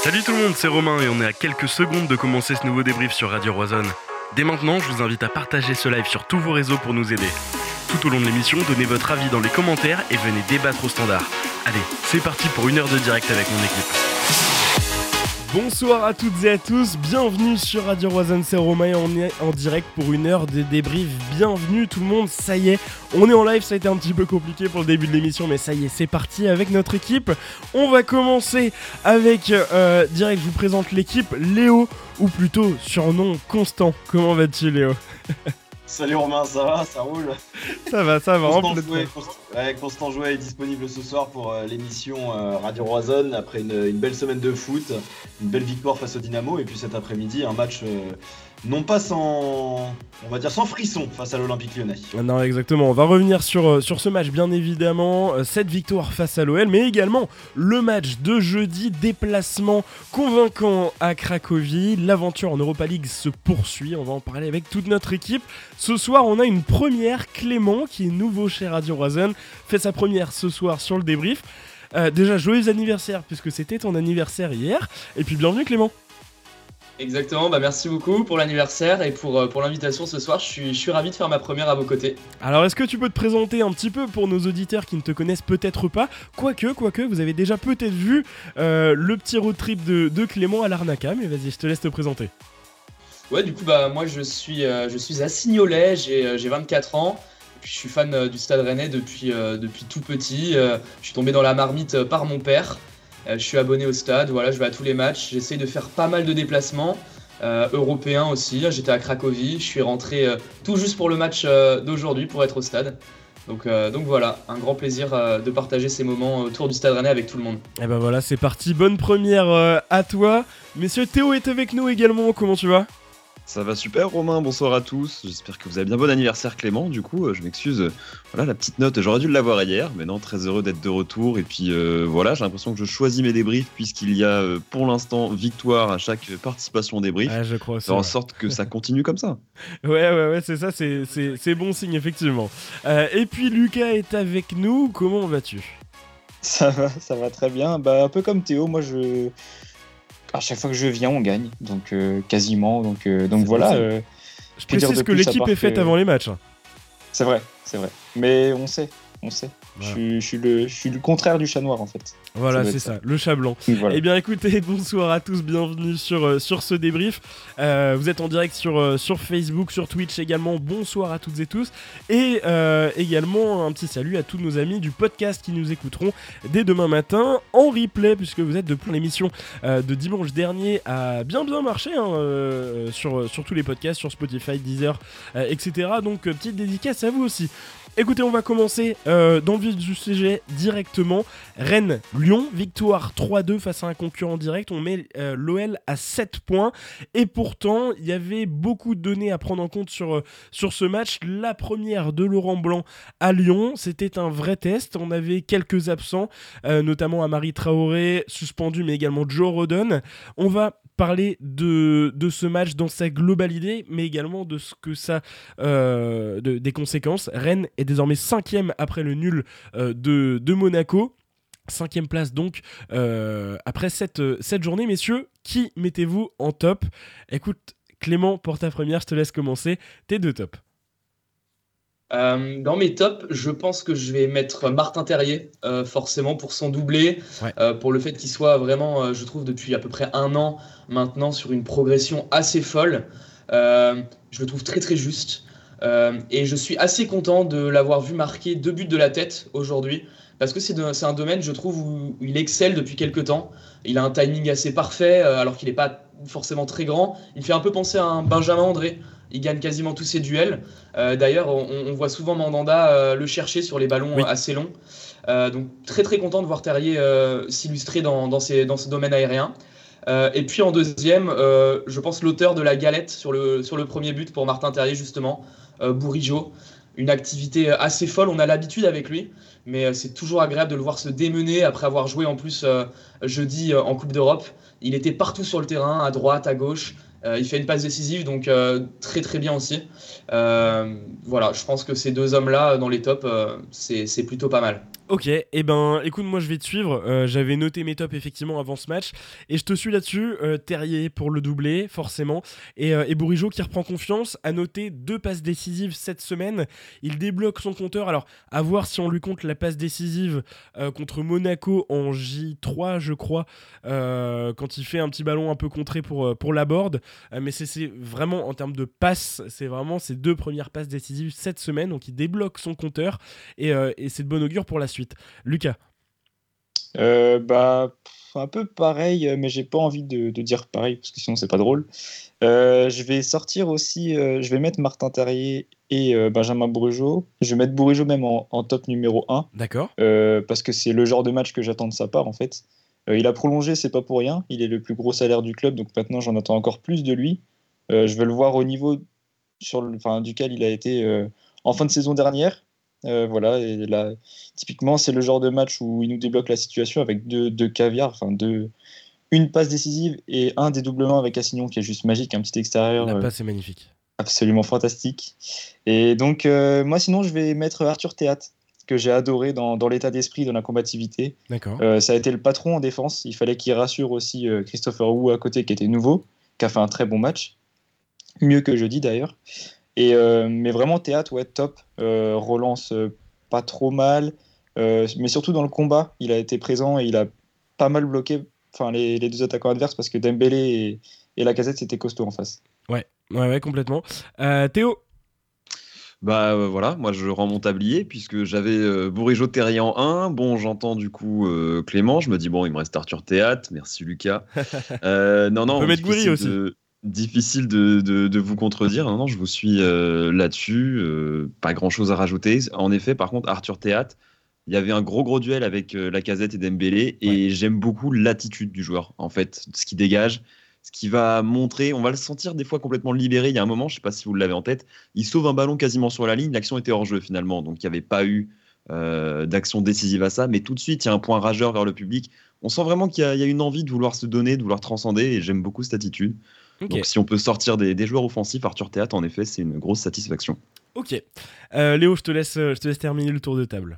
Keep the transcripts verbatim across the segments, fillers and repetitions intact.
Salut tout le monde, c'est Romain et on est à quelques secondes de commencer ce nouveau débrief sur Radio Roison. Dès maintenant, je vous invite à partager ce live sur tous vos réseaux pour nous aider. Tout au long de l'émission, donnez votre avis dans les commentaires et venez débattre au standard. Allez, c'est parti pour une heure de direct avec mon équipe. Bonsoir à toutes et à tous, bienvenue sur Radio Roison, c'est Romain et on est en direct pour une heure de débrief. Bienvenue tout le monde, ça y est, on est en live, ça a été un petit peu compliqué pour le début de l'émission, mais ça y est, c'est parti avec notre équipe. On va commencer avec, euh, direct, je vous présente l'équipe, Léo, ou plutôt surnom Constant. Comment vas-tu Léo ? Salut Romain, ça va, ça roule. Ça va, ça va. Constant Jouet, Const... ouais, Constant Jouet est disponible ce soir pour euh, l'émission euh, Radio Roison après une, une belle semaine de foot, une belle victoire face au Dynamo et puis cet après-midi un match euh, non pas sans, on va dire sans frisson face à l'Olympique Lyonnais. Non, exactement. On va revenir sur, sur ce match bien évidemment, cette victoire face à l'O L, mais également le match de jeudi, déplacement convaincant à Cracovie. L'aventure en Europa League se poursuit. On va en parler avec toute notre équipe. Ce soir, on a une première. Clément, qui est nouveau chez Radio Roison, fait sa première ce soir sur le débrief. Euh, déjà, joyeux anniversaire, puisque c'était ton anniversaire hier. Et puis, bienvenue Clément. Exactement, bah merci beaucoup pour l'anniversaire et pour, pour l'invitation ce soir. Je suis, je suis ravi de faire ma première à vos côtés. Alors, est-ce que tu peux te présenter un petit peu pour nos auditeurs qui ne te connaissent peut-être pas ? Quoique, quoique, vous avez déjà peut-être vu euh, le petit road trip de, de Clément à l'Arnaca. Mais vas-y, je te laisse te présenter. Ouais, du coup, bah moi je suis, euh, je suis à Signolet, j'ai, euh, j'ai vingt-quatre ans. Je suis fan euh, du Stade Rennais depuis, euh, depuis tout petit. Euh, je suis tombé dans la marmite euh, par mon père. Euh, je suis abonné au stade, voilà, je vais à tous les matchs. J'essaye de faire pas mal de déplacements euh, européens aussi. J'étais à Cracovie, je suis rentré euh, tout juste pour le match euh, d'aujourd'hui pour être au stade. Donc, euh, donc voilà, un grand plaisir euh, de partager ces moments autour du Stade Rennais avec tout le monde. Et ben voilà, c'est parti, bonne première euh, à toi. Messieurs, Théo est avec nous également, comment tu vas ? Ça va super Romain, bonsoir à tous, j'espère que vous avez bien bon anniversaire Clément, du coup euh, je m'excuse, euh, voilà la petite note, j'aurais dû l'avoir hier, mais non, très heureux d'être de retour, et puis euh, voilà, j'ai l'impression que je choisis mes débriefs puisqu'il y a euh, pour l'instant victoire à chaque participation au débrief, ouais, je crois aussi, faire en ouais. sorte que ça continue comme ça. Ouais, ouais, ouais, c'est ça, c'est, c'est, c'est bon signe effectivement. Euh, et puis Lucas est avec nous, comment vas-tu ? Ça va, ça va très bien, bah un peu comme Théo, moi je... À chaque fois que je viens, on gagne, donc euh, quasiment. Donc, euh, donc voilà. Euh, je précise que l'équipe est faite que... avant les matchs. C'est vrai, c'est vrai. Mais on sait, on sait. Voilà. Je, suis, je, suis le, je suis le contraire du chat noir en fait. Voilà, ça c'est ça, ça, le chat blanc. Voilà. Eh bien écoutez, bonsoir à tous, bienvenue sur, euh, sur ce débrief. Euh, vous êtes en direct sur, euh, sur Facebook, sur Twitch également. Bonsoir à toutes et tous. Et euh, également un petit salut à tous nos amis du podcast qui nous écouteront dès demain matin en replay, puisque vous êtes depuis l'émission euh, de dimanche dernier a bien bien marché hein, euh, sur, sur tous les podcasts, sur Spotify, Deezer, euh, et cetera. Donc euh, petite dédicace à vous aussi. Écoutez, on va commencer euh, dans le vif du sujet directement. Rennes-Lyon, victoire trois deux face à un concurrent direct. On met euh, l'O L à sept points. Et pourtant, il y avait beaucoup de données à prendre en compte sur, euh, sur ce match. La première de Laurent Blanc à Lyon, c'était un vrai test. On avait quelques absents, euh, notamment Amari Traoré, suspendu, mais également Joe Rodon. On va parler de, de ce match dans sa globalité, mais également de ce que ça, euh, de, des conséquences. Rennes est désormais cinquième après le nul euh, de, de Monaco. Cinquième place donc euh, après cette, cette journée. Messieurs, qui mettez-vous en top ? Écoute, Clément, pour ta première, je te laisse commencer. Tes deux tops. Euh, dans mes tops, je pense que je vais mettre Martin Terrier, euh, forcément pour son doublé, ouais. euh, pour le fait qu'il soit vraiment, euh, je trouve, depuis à peu près un an maintenant sur une progression assez folle. Euh, je le trouve très très juste. Euh, et je suis assez content de l'avoir vu marquer deux buts de la tête aujourd'hui, parce que c'est, de, c'est un domaine, je trouve, où, où il excelle depuis quelques temps. Il a un timing assez parfait, euh, alors qu'il n'est pas forcément très grand. Il fait un peu penser à un Benjamin André. Il gagne quasiment tous ses duels. Euh, d'ailleurs, on, on voit souvent Mandanda euh, le chercher sur les ballons oui. assez longs. Euh, donc très très content de voir Terrier euh, s'illustrer dans, dans, ces, dans ce domaine aérien. Euh, et puis en deuxième, euh, je pense l'auteur de la galette sur le, sur le premier but pour Martin Terrier justement, euh, Bourigeaud. Une activité assez folle, on a l'habitude avec lui, mais c'est toujours agréable de le voir se démener après avoir joué en plus euh, jeudi euh, en Coupe d'Europe. Il était partout sur le terrain, à droite, à gauche. Euh, il fait une passe décisive, donc euh, très très bien aussi. Euh, voilà, je pense que ces deux hommes-là dans les tops, euh, c'est, c'est plutôt pas mal. Ok, et eh ben écoute, moi je vais te suivre, euh, j'avais noté mes tops effectivement avant ce match, et je te suis là-dessus, euh, Terrier pour le doublé, forcément, et, euh, et Bourigeaud qui reprend confiance, a noté deux passes décisives cette semaine, il débloque son compteur, alors à voir si on lui compte la passe décisive euh, contre Monaco en J trois je crois, euh, quand il fait un petit ballon un peu contré pour, pour la board, euh, mais c'est, c'est vraiment en termes de passes, c'est vraiment ses deux premières passes décisives cette semaine, donc il débloque son compteur, et, euh, et c'est de bon augure pour la suite. Lucas. Euh, bah, pff, un peu pareil, mais j'ai pas envie de, de dire pareil parce que sinon c'est pas drôle. Euh, je vais sortir aussi, euh, je vais mettre Martin Terrier et euh, Benjamin Bourigeaud. Je vais mettre Bourigeaud même en, en top numéro un. D'accord. Euh, parce que c'est le genre de match que j'attends de sa part en fait. Euh, il a prolongé, c'est pas pour rien. Il est le plus gros salaire du club, donc maintenant j'en attends encore plus de lui. Euh, je veux le voir au niveau sur le, enfin, duquel il a été euh, en fin de saison dernière. Euh, voilà, et là, typiquement, c'est le genre de match où il nous débloque la situation avec deux, deux caviars, enfin deux, une passe décisive et un dédoublement avec Assignon qui est juste magique, un petit extérieur. La euh, passe est magnifique. Absolument fantastique. Et donc, euh, moi, sinon, je vais mettre Arthur Théat, que j'ai adoré dans, dans l'état d'esprit, dans la combativité. D'accord. Euh, ça a été le patron en défense. Il fallait qu'il rassure aussi euh, Christopher Wu à côté, qui était nouveau, qui a fait un très bon match. Mieux que jeudi d'ailleurs. Et, euh, mais vraiment, Théâtre, ouais, top. Euh, relance euh, pas trop mal. Euh, mais surtout dans le combat, il a été présent et il a pas mal bloqué enfin, les, les deux attaquants adverses parce que Dembélé et, et Lacazette, c'était costaud en face. Ouais, ouais, ouais, complètement. Euh, Théo. Bah euh, voilà, moi je rends mon tablier puisque j'avais euh, Bourigeaud Terrier en un. Bon, j'entends du coup euh, Clément, je me dis bon, il me reste Arthur Théâtre, merci Lucas. Euh, non, non, on peut mettre Goury aussi. De... Difficile de, de, de vous contredire. Non, non, je vous suis euh, là-dessus. Euh, pas grand-chose à rajouter. En effet, par contre, Arthur Théâtre, il y avait un gros gros duel avec euh, Lacazette et Dembélé, et ouais. J'aime beaucoup l'attitude du joueur. En fait, ce qui dégage, ce qui va montrer. On va le sentir des fois complètement libéré. Il y a un moment, je ne sais pas si vous l'avez en tête, il sauve un ballon quasiment sur la ligne. L'action était hors jeu finalement, donc il n'y avait pas eu euh, d'action décisive à ça. Mais tout de suite, il y a un point rageur vers le public. On sent vraiment qu'il y a, il y a une envie de vouloir se donner, de vouloir transcender, et j'aime beaucoup cette attitude. Okay. Donc si on peut sortir des, des joueurs offensifs, Arthur Théâtre, en effet, c'est une grosse satisfaction. Ok. Euh, Léo, je te, laisse, je te laisse terminer le tour de table.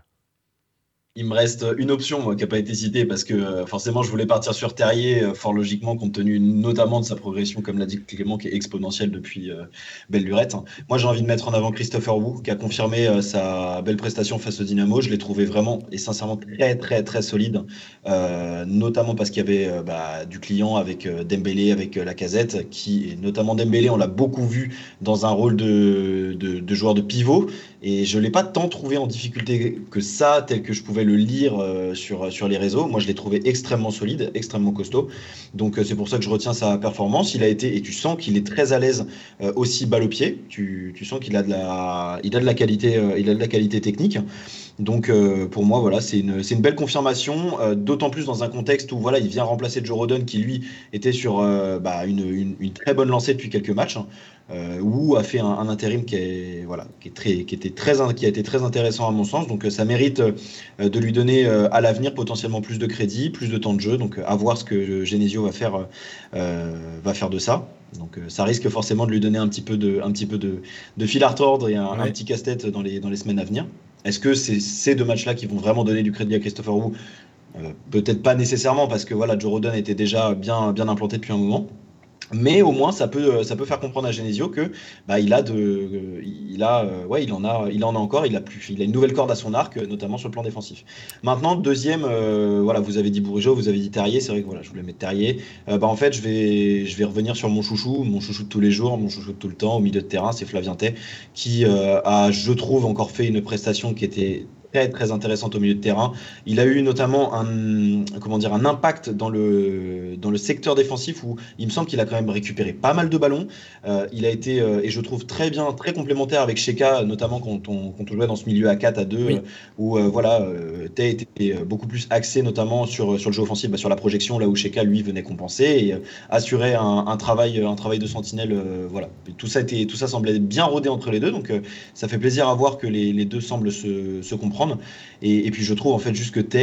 Il me reste une option, moi, qui n'a pas été citée, parce que euh, forcément, je voulais partir sur Terrier, euh, fort logiquement, compte tenu notamment de sa progression, comme l'a dit Clément, qui est exponentielle depuis euh, belle lurette. Moi, j'ai envie de mettre en avant Christopher Wu, qui a confirmé euh, sa belle prestation face au Dynamo. Je l'ai trouvé vraiment et sincèrement très, très, très solide, euh, notamment parce qu'il y avait euh, bah, du client avec euh, Dembélé, avec euh, Lacazette, qui, et notamment Dembélé, on l'a beaucoup vu dans un rôle de, de, de joueur de pivot, et je ne l'ai pas tant trouvé en difficulté que ça, tel que je pouvais le lire euh, sur, sur les réseaux. Moi, je l'ai trouvé extrêmement solide, extrêmement costaud. Donc, euh, c'est pour ça que je retiens sa performance. Il a été, et tu sens qu'il est très à l'aise euh, aussi balle au pied. Tu, tu sens qu'il a de la, il a de la qualité, euh, il a de la qualité technique. Donc, euh, pour moi, voilà, c'est une, c'est une belle confirmation, euh, d'autant plus dans un contexte où voilà, il vient remplacer Joe Rodon, qui lui était sur euh, bah, une, une, une très bonne lancée depuis quelques matchs. Hein. Euh, Wu a fait un, un intérim qui, est, voilà, qui, est très, qui, était très, qui a été très intéressant à mon sens, donc euh, ça mérite euh, de lui donner euh, à l'avenir potentiellement plus de crédit, plus de temps de jeu, donc euh, à voir ce que Genesio va faire, euh, va faire de ça. Donc euh, ça risque forcément de lui donner un petit peu de, un petit peu de, de fil à retordre et un, ouais. un petit casse-tête dans les, dans les semaines à venir. Est-ce que c'est ces deux matchs-là qui vont vraiment donner du crédit à Christopher Wu ? euh, Peut-être pas nécessairement, parce que voilà, Joe Rodon était déjà bien, bien implanté depuis un moment. Mais au moins, ça peut, ça peut faire comprendre à Genesio que bah, il a de, il a, euh, ouais, il en a, il en a encore. Il a plus, il a une nouvelle corde à son arc, notamment sur le plan défensif. Maintenant, deuxième, euh, voilà, vous avez dit Bourigeaud, vous avez dit Terrier. C'est vrai que voilà, je voulais mettre Terrier. Euh, bah en fait, je vais, je vais revenir sur mon chouchou, mon chouchou de tous les jours, mon chouchou de tout le temps, au milieu de terrain, c'est Flavien Tay, qui euh, a, je trouve, encore fait une prestation qui était très très intéressante au milieu de terrain. Il a eu notamment un, comment dire, un impact dans le, dans le secteur défensif où il me semble qu'il a quand même récupéré pas mal de ballons. Euh, il a été, euh, et je trouve très bien, très complémentaire avec Sheka, notamment quand on, quand on jouait dans ce milieu à quatre, à deux, oui. euh, où euh, voilà, euh, Tay était beaucoup plus axé notamment sur, sur le jeu offensif, bah, sur la projection, là où Sheka lui venait compenser et euh, assurer un, un, travail, un travail de sentinelle. Euh, voilà. Tout ça, était, tout ça semblait bien rodé entre les deux, donc euh, ça fait plaisir à voir que les, les deux semblent se, se comprendre. Et, et puis je trouve en fait juste que Tay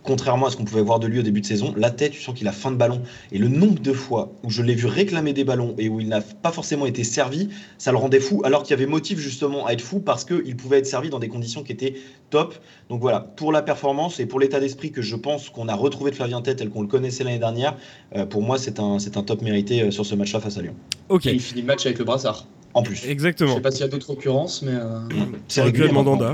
contrairement à ce qu'on pouvait voir de lui au début de saison, la tête, tu sens qu'il a faim de ballon. Et le nombre de fois où je l'ai vu réclamer des ballons et où il n'a pas forcément été servi, ça le rendait fou, alors qu'il y avait motif justement à être fou parce qu'il pouvait être servi dans des conditions qui étaient top. Donc voilà, pour la performance et pour l'état d'esprit que je pense qu'on a retrouvé de Flavien Tête tel qu'on le connaissait l'année dernière, euh, pour moi c'est un, c'est un top mérité euh, sur ce match-là face à Lyon. Ok. Et il finit le match avec le brassard. En plus. Exactement. Je sais pas s'il y a d'autres occurrences, mais... Euh... C'est régulier Mandanda.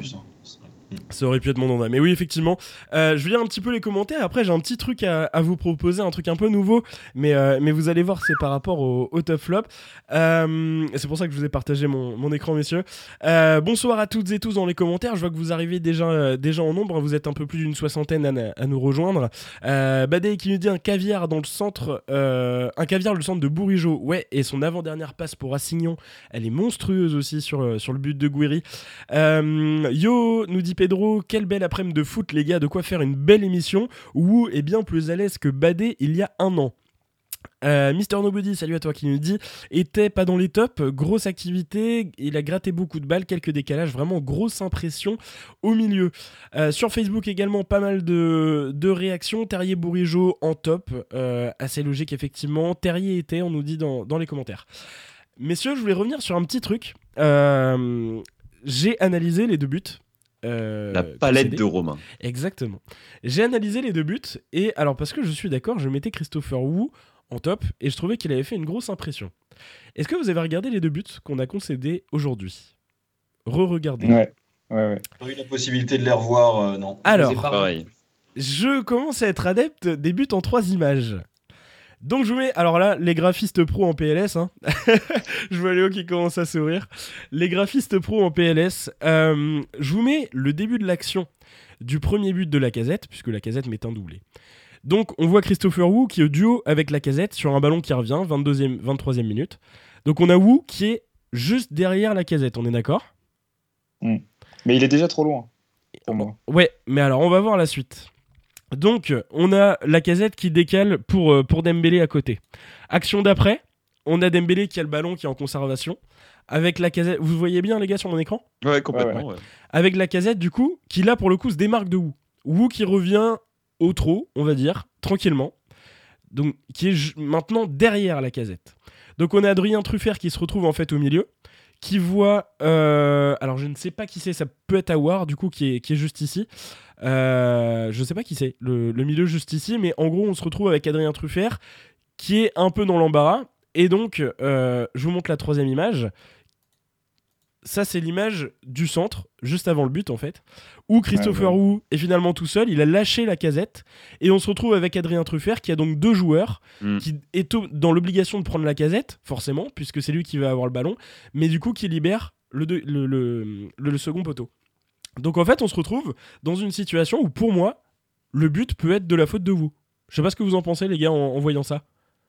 Ça aurait pu être Mandanda. Mais oui, effectivement. Euh, je vais lire un petit peu les commentaires. Après, j'ai un petit truc à, à vous proposer, un truc un peu nouveau. Mais, euh, mais vous allez voir, c'est par rapport au, au top flop. Euh, c'est pour ça que je vous ai partagé mon, mon écran, messieurs. Euh, bonsoir à toutes et tous dans les commentaires. Je vois que vous arrivez déjà, euh, déjà en nombre. Vous êtes un peu plus d'une soixantaine à, à nous rejoindre. Euh, Badé qui nous dit un caviar dans le centre. Euh, un caviar, le centre de Bourigeaud. Ouais, et son avant-dernière passe pour Assignon. Elle est monstrueuse aussi sur, sur le but de Gouiri. Euh, Yo nous dit Pedro, quelle belle après-midi de foot les gars, de quoi faire une belle émission. Wu est bien plus à l'aise que Badé il y a un an. Euh, Mister Nobody, salut à toi, qui nous dit était pas dans les tops, grosse activité, il a gratté beaucoup de balles, quelques décalages, vraiment grosse impression au milieu. Euh, sur Facebook également pas mal de, de réactions. Terrier Bourigeaud en top, euh, assez logique effectivement. Terrier était, on nous dit dans, dans les commentaires. Messieurs, je voulais revenir sur un petit truc. Euh, j'ai analysé les deux buts. Euh, La palette de Romain. Exactement. J'ai analysé les deux buts et alors parce que je suis d'accord, je mettais Christopher Wu en top et je trouvais qu'il avait fait une grosse impression. Est-ce que vous avez regardé les deux buts qu'on a concédés aujourd'hui ? Re-regardez. Ouais, ouais, ouais. J'ai eu la possibilité de les revoir, euh, non. Alors, pareil. Je commence à être adepte des buts en trois images. Donc je vous mets, alors là, les graphistes pro en P L S, hein. Je vois Léo qui commence à sourire. Les graphistes pro en P L S, euh, je vous mets le début de l'action du premier but de Lacazette, puisque Lacazette met un doublé. Donc on voit Christopher Wu qui est au duo avec Lacazette sur un ballon qui revient, vingt-deuxième, vingt-troisième minute. Donc on a Wu qui est juste derrière Lacazette, on est d'accord ? mmh. Mais il est déjà trop loin, pour moi. Ouais, mais alors on va voir la suite. Donc, on a Lacazette qui décale pour, pour Dembélé à côté. Action d'après, on a Dembélé qui a le ballon qui est en conservation. Avec Lacazette, vous voyez bien les gars sur mon écran ? Ouais, complètement. Ouais, ouais. Ouais. Avec Lacazette du coup, qui là pour le coup se démarque de Wu. Wu qui revient au trot, on va dire, tranquillement. Donc, qui est j- maintenant derrière Lacazette. Donc on a Adrien Truffert qui se retrouve en fait au milieu. Qui voit, euh, alors je ne sais pas qui c'est, ça peut être Aouar du coup qui est, qui est juste ici. Euh, je ne sais pas qui c'est, le, le milieu juste ici, mais en gros on se retrouve avec Adrien Truffert qui est un peu dans l'embarras. Et donc euh, je vous montre la troisième image. Ça c'est l'image du centre, juste avant le but en fait, où Christopher ouais, ouais. Wu est finalement tout seul, il a lâché Lacazette, et on se retrouve avec Adrien Truffert qui a donc deux joueurs, mm. qui est dans l'obligation de prendre Lacazette, forcément, puisque c'est lui qui va avoir le ballon, mais du coup qui libère le, le, le, le, le second poteau. Donc en fait on se retrouve dans une situation où pour moi, le but peut être de la faute de Wu. Je sais pas ce que vous en pensez les gars en, en voyant ça.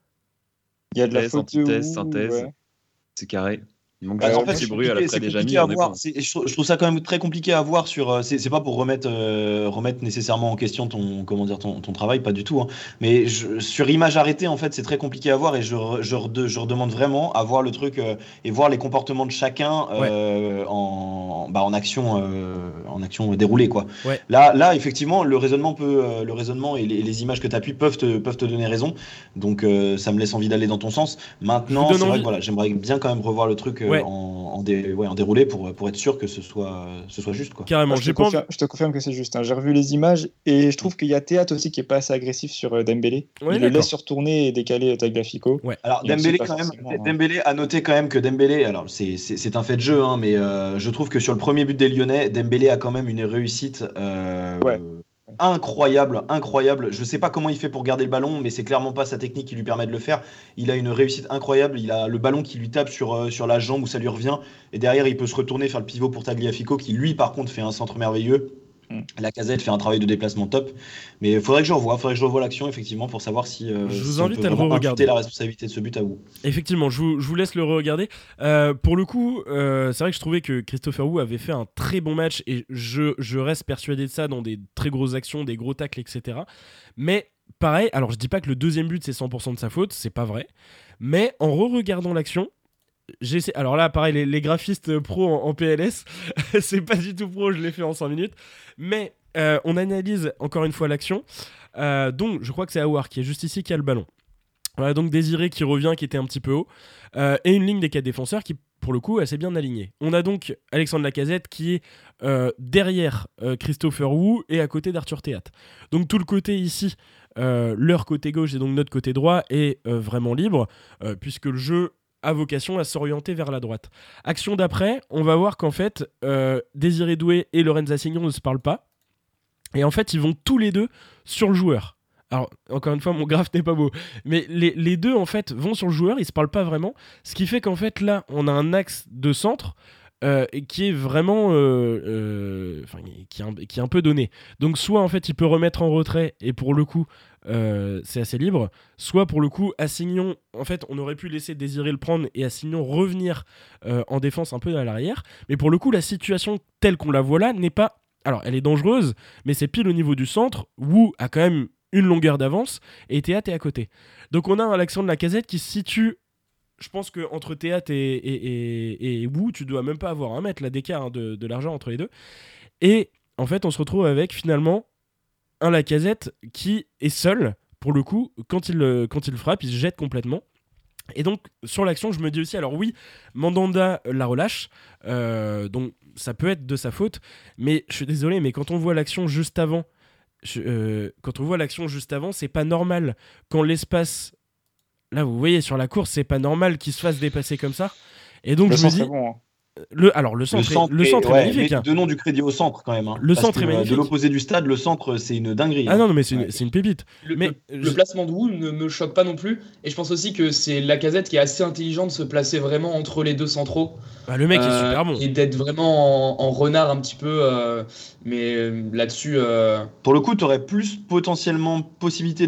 Il y a de la Thèse, faute de antithèse, Wu, synthèse, ouais. C'est carré. Donc, bah, en fait, petit c'est bruit à la c'est déjà compliqué mis, à on est voir. bon. C'est, je, trouve, je trouve ça quand même très compliqué à voir sur. Euh, c'est, c'est pas pour remettre, euh, remettre nécessairement en question ton, comment dire, ton, ton travail, pas du tout. Hein. Mais je, sur image arrêtée, en fait, c'est très compliqué à voir et je, je, je, je redemande vraiment à voir le truc euh, et voir les comportements de chacun euh, ouais. en, bah, en action, euh, en action déroulée, quoi. Ouais. Là, là, effectivement, le raisonnement peut, euh, le raisonnement et les, les images que tu appuies peuvent te, peuvent te donner raison. Donc, euh, ça me laisse envie d'aller dans ton sens. Maintenant, c'est vrai que voilà, j'aimerais bien quand même revoir le truc euh, ouais. en, en dé Ouais, en déroulé pour, pour être sûr que ce soit, ce soit juste. Quoi. Carrément, je, j'ai te pas confirme, envie... je te confirme que c'est juste. Hein. J'ai revu les images et je trouve qu'il y a Théâtre aussi qui est pas assez agressif sur euh, Dembélé. Ouais, il d'accord. le laisse retourner et décaler Tagliafico. Ouais. Alors Dembélé, quand même, hein. Dembélé a noté quand même que Dembélé, alors c'est, c'est, c'est un fait de jeu, hein, mais euh, je trouve que sur le premier but des Lyonnais, Dembélé a quand même une réussite. Euh, ouais. Incroyable, incroyable. Je sais pas comment il fait pour garder le ballon, mais c'est clairement pas sa technique qui lui permet de le faire. Il a une réussite incroyable. Il a le ballon qui lui tape sur, euh, sur la jambe où ça lui revient. Et derrière, il peut se retourner, faire le pivot pour Tagliafico, qui lui, par contre, fait un centre merveilleux. Mm. Lacazette fait un travail de déplacement top. Mais il faudrait que je revoie, faudrait que je revoie l'action, effectivement, pour savoir si, euh, je vous si invite on peut à le re-regarder. la responsabilité de ce but à vous. Effectivement, je vous, je vous laisse le re-regarder. Euh, pour le coup, euh, c'est vrai que je trouvais que Christopher Wu avait fait un très bon match et je, je reste persuadé de ça dans des très grosses actions, des gros tacles, et cetera. Mais pareil, alors je dis pas que le deuxième but c'est cent pour cent de sa faute, c'est pas vrai. Mais en re-regardant l'action, j'ai essayé... alors là, pareil, les, les graphistes pro en, en P L S, c'est pas du tout pro, je l'ai fait en cinq minutes. Mais euh, on analyse encore une fois l'action. Euh, donc, je crois que c'est Aouar qui est juste ici qui a le ballon. Voilà, donc Désiré qui revient, qui était un petit peu haut, euh, et une ligne des quatre défenseurs qui, pour le coup, est assez bien alignée. On a donc Alexandre Lacazette qui est euh, derrière euh, Christopher Wu et à côté d'Arthur Théâtre. Donc tout le côté ici, euh, leur côté gauche et donc notre côté droit est euh, vraiment libre, euh, puisque le jeu a vocation à s'orienter vers la droite. Action d'après, on va voir qu'en fait, euh, Désiré Doué et Lorenz Assignon ne se parlent pas, et en fait, ils vont tous les deux sur le joueur. Alors, encore une fois, mon graphe n'est pas beau. Mais les, les deux, en fait, vont sur le joueur, ils ne se parlent pas vraiment. Ce qui fait qu'en fait, là, on a un axe de centre euh, qui est vraiment... Euh, euh, qui, est un, qui est un peu donné. Donc, soit, en fait, il peut remettre en retrait, et pour le coup, euh, c'est assez libre. Soit, pour le coup, Assignon... En fait, on aurait pu laisser Désiré le prendre et Assignon revenir euh, en défense un peu à l'arrière. Mais pour le coup, la situation telle qu'on la voit là n'est pas... Alors, elle est dangereuse, mais c'est pile au niveau du centre. Wu a quand même une longueur d'avance, et Théâtre est à côté. Donc on a un Alexandre Lacazette qui se situe, je pense qu'entre Théâtre et, et, et, et Wu, tu dois même pas avoir un mètre là, d'écart hein, de, de l'argent entre les deux. Et en fait, on se retrouve avec finalement un Lacazette qui est seul, pour le coup, quand il, quand il frappe, il se jette complètement. Et donc, sur l'action, je me dis aussi, alors oui, Mandanda la relâche, euh, donc ça peut être de sa faute, mais je suis désolé, mais quand on voit l'action juste avant, Je, euh, quand on voit l'action juste avant, c'est pas normal quand l'espace, là vous voyez sur la course, c'est pas normal qu'il se fasse dépasser comme ça. Et donc le je me dis, bon, hein. le, alors le centre, le centre, est, le centre est, est ouais, magnifique. Hein. Donnons du crédit au centre quand même. Hein, le centre est magnifique. De l'opposé du stade, le centre c'est une dinguerie. Ah hein. non, non mais c'est, ouais. une, c'est une pépite. Le, mais le, je... le placement de Wu ne me choque pas non plus. Et je pense aussi que c'est Lacazette qui est assez intelligent de se placer vraiment entre les deux centraux. Bah, le mec euh, est super bon. Et d'être vraiment en, en renard un petit peu. Euh, mais là-dessus. Euh... Pour le coup, tu aurais plus potentiellement possibilité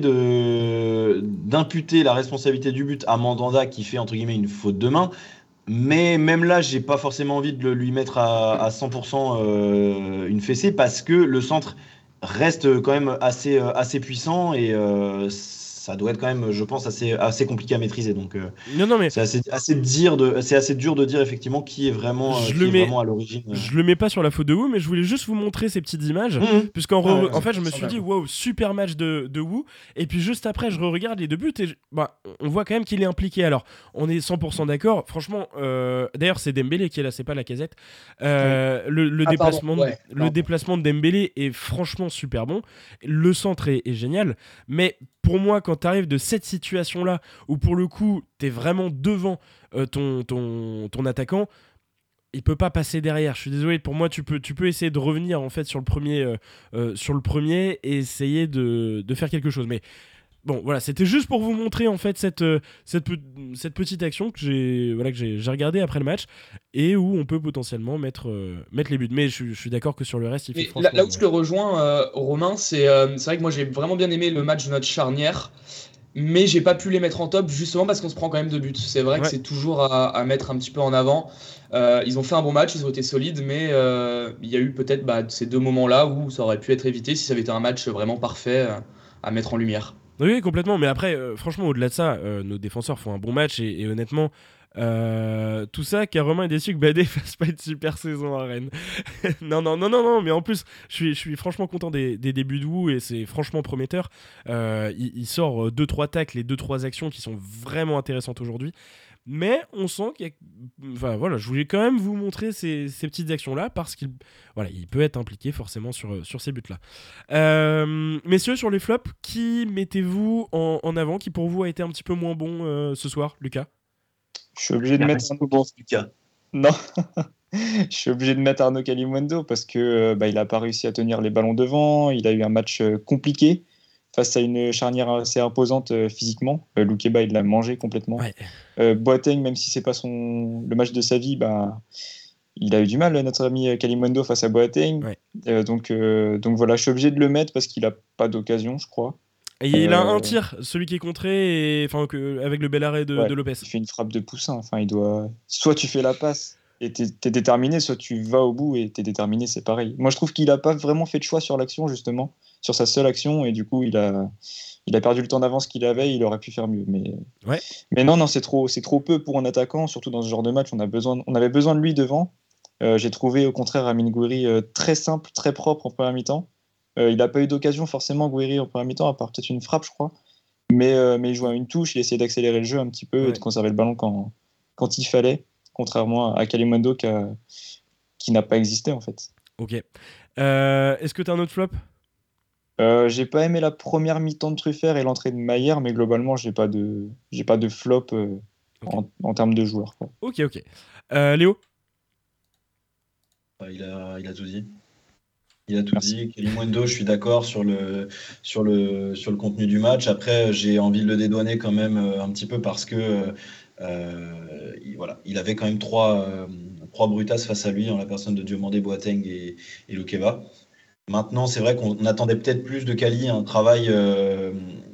de, d'imputer la responsabilité du but à Mandanda qui fait entre guillemets une faute de main. Mais même là, j'ai pas forcément envie de lui mettre à, à cent pour cent euh, une fessée parce que le centre reste quand même assez, assez puissant et euh, ça doit être quand même, je pense, assez, assez compliqué à maîtriser. Donc, euh, non, non, mais... c'est, assez, assez dire de, c'est assez dur de dire effectivement qui est vraiment, je qui le est mets, vraiment à l'origine. Je le mets pas sur la faute de Wu, mais je voulais juste vous montrer ces petites images. Mmh. Puisqu'en re... ah, ouais, en fait, je me suis dit, waouh, super match de, de Wu. Et puis juste après, je re-regarde les deux buts et je... bah, on voit quand même qu'il est impliqué. Alors, on est cent pour cent d'accord. Franchement, euh... d'ailleurs, c'est Dembélé qui est là, c'est pas Lacazette. Euh, oui. Le, le, ah, déplacement, pardon, ouais, de... le déplacement de Dembélé est franchement super bon. Le centre est, est génial. Mais pour moi, quand tu arrives de cette situation-là, où pour le coup, tu es vraiment devant euh, ton, ton, ton attaquant, il peut pas passer derrière. Je suis désolé, pour moi, tu peux, tu peux essayer de revenir en fait sur le premier, euh, euh, sur le premier et essayer de, de faire quelque chose. Mais bon, voilà, c'était juste pour vous montrer en fait cette, cette, cette petite action que j'ai, voilà, que j'ai, j'ai regardée après le match et où on peut potentiellement mettre, euh, mettre les buts. Mais je, je suis d'accord que sur le reste, il fait franchement... Là, là où je le rejoins, euh, Romain, c'est, euh, c'est vrai que moi j'ai vraiment bien aimé le match de notre charnière. Mais j'ai pas pu les mettre en top justement parce qu'on se prend quand même deux buts. C'est vrai ouais. que c'est toujours à, à mettre un petit peu en avant. Euh, ils ont fait un bon match, ils ont été solides, mais euh, il y a eu peut-être bah, ces deux moments-là où ça aurait pu être évité si ça avait été un match vraiment parfait euh, à mettre en lumière. Oui, complètement. Mais après, euh, franchement, au-delà de ça, euh, nos défenseurs font un bon match et, et honnêtement, euh, tout ça, car Romain est déçu que Badé fasse pas une super saison à Rennes. non, non, non, non, non, mais en plus, je suis, je suis franchement content des, des débuts de Wu et c'est franchement prometteur. Euh, il, il sort deux trois tacles et deux trois actions qui sont vraiment intéressantes aujourd'hui. Mais on sent qu'il y a... Enfin voilà, je voulais quand même vous montrer ces, ces petites actions-là parce qu'il voilà, il peut être impliqué forcément sur, sur ces buts-là. Euh, messieurs, sur les flops, qui mettez-vous en, en avant, qui pour vous a été un petit peu moins bon euh, ce soir, Lucas ? Je suis obligé de mettre Arnaud bon, Lucas. Non, je suis obligé de mettre Arnaud Kalimundo parce que bah, il n'a pas réussi à tenir les ballons devant. Il a eu un match compliqué face à une charnière assez imposante euh, physiquement. Euh, Loukeba, il l'a mangé complètement. Ouais. Euh, Boateng, même si c'est pas son le match de sa vie, bah, il a eu du mal, notre ami Kalimundo, face à Boateng. Ouais. Euh, donc, euh, donc voilà, je suis obligé de le mettre parce qu'il n'a pas d'occasion, je crois. Et il a euh... un tir, celui qui est contré, et, enfin, que, avec le bel arrêt de, ouais, de Lopez. Il fait une frappe de poussin. Enfin, il doit... Soit tu fais la passe et t'es, t'es déterminé, soit tu vas au bout et t'es déterminé, c'est pareil. Moi, je trouve qu'il n'a pas vraiment fait de choix sur l'action, justement, sur sa seule action, et du coup, il a, il a perdu le temps d'avance qu'il avait, il aurait pu faire mieux. Mais, ouais. mais non, non, c'est trop, c'est trop peu pour un attaquant, surtout dans ce genre de match. On, a besoin, on avait besoin de lui devant. Euh, j'ai trouvé, au contraire, Amine Gouiri euh, très simple, très propre en première mi-temps. Euh, il n'a pas eu d'occasion forcément, Gouiri, en première mi-temps, à part peut-être une frappe, je crois. Mais, euh, mais il jouait à une touche, il essayait d'accélérer le jeu un petit peu ouais. et de conserver le ballon quand, quand il fallait, contrairement à Kalimuendo qui, a, qui n'a pas existé en fait. Ok. Euh, est-ce que tu as un autre flop ? euh, J'ai pas aimé la première mi-temps de Truffert et l'entrée de Maillère, mais globalement, j'ai pas de, j'ai pas de flop euh, okay. en, en termes de joueurs. Quoi. Ok, ok. Euh, Léo ? il a, il a tout dit. Il a tout Merci. dit. Kalimuendo, je suis d'accord sur le, sur, le, sur le contenu du match. Après, j'ai envie de le dédouaner quand même un petit peu parce que euh, il, voilà, il avait quand même trois, euh, trois brutasses face à lui en la personne de Diomandé, Boateng et, et Lukeba. Maintenant, c'est vrai qu'on attendait peut-être plus de Kali, un travail, euh,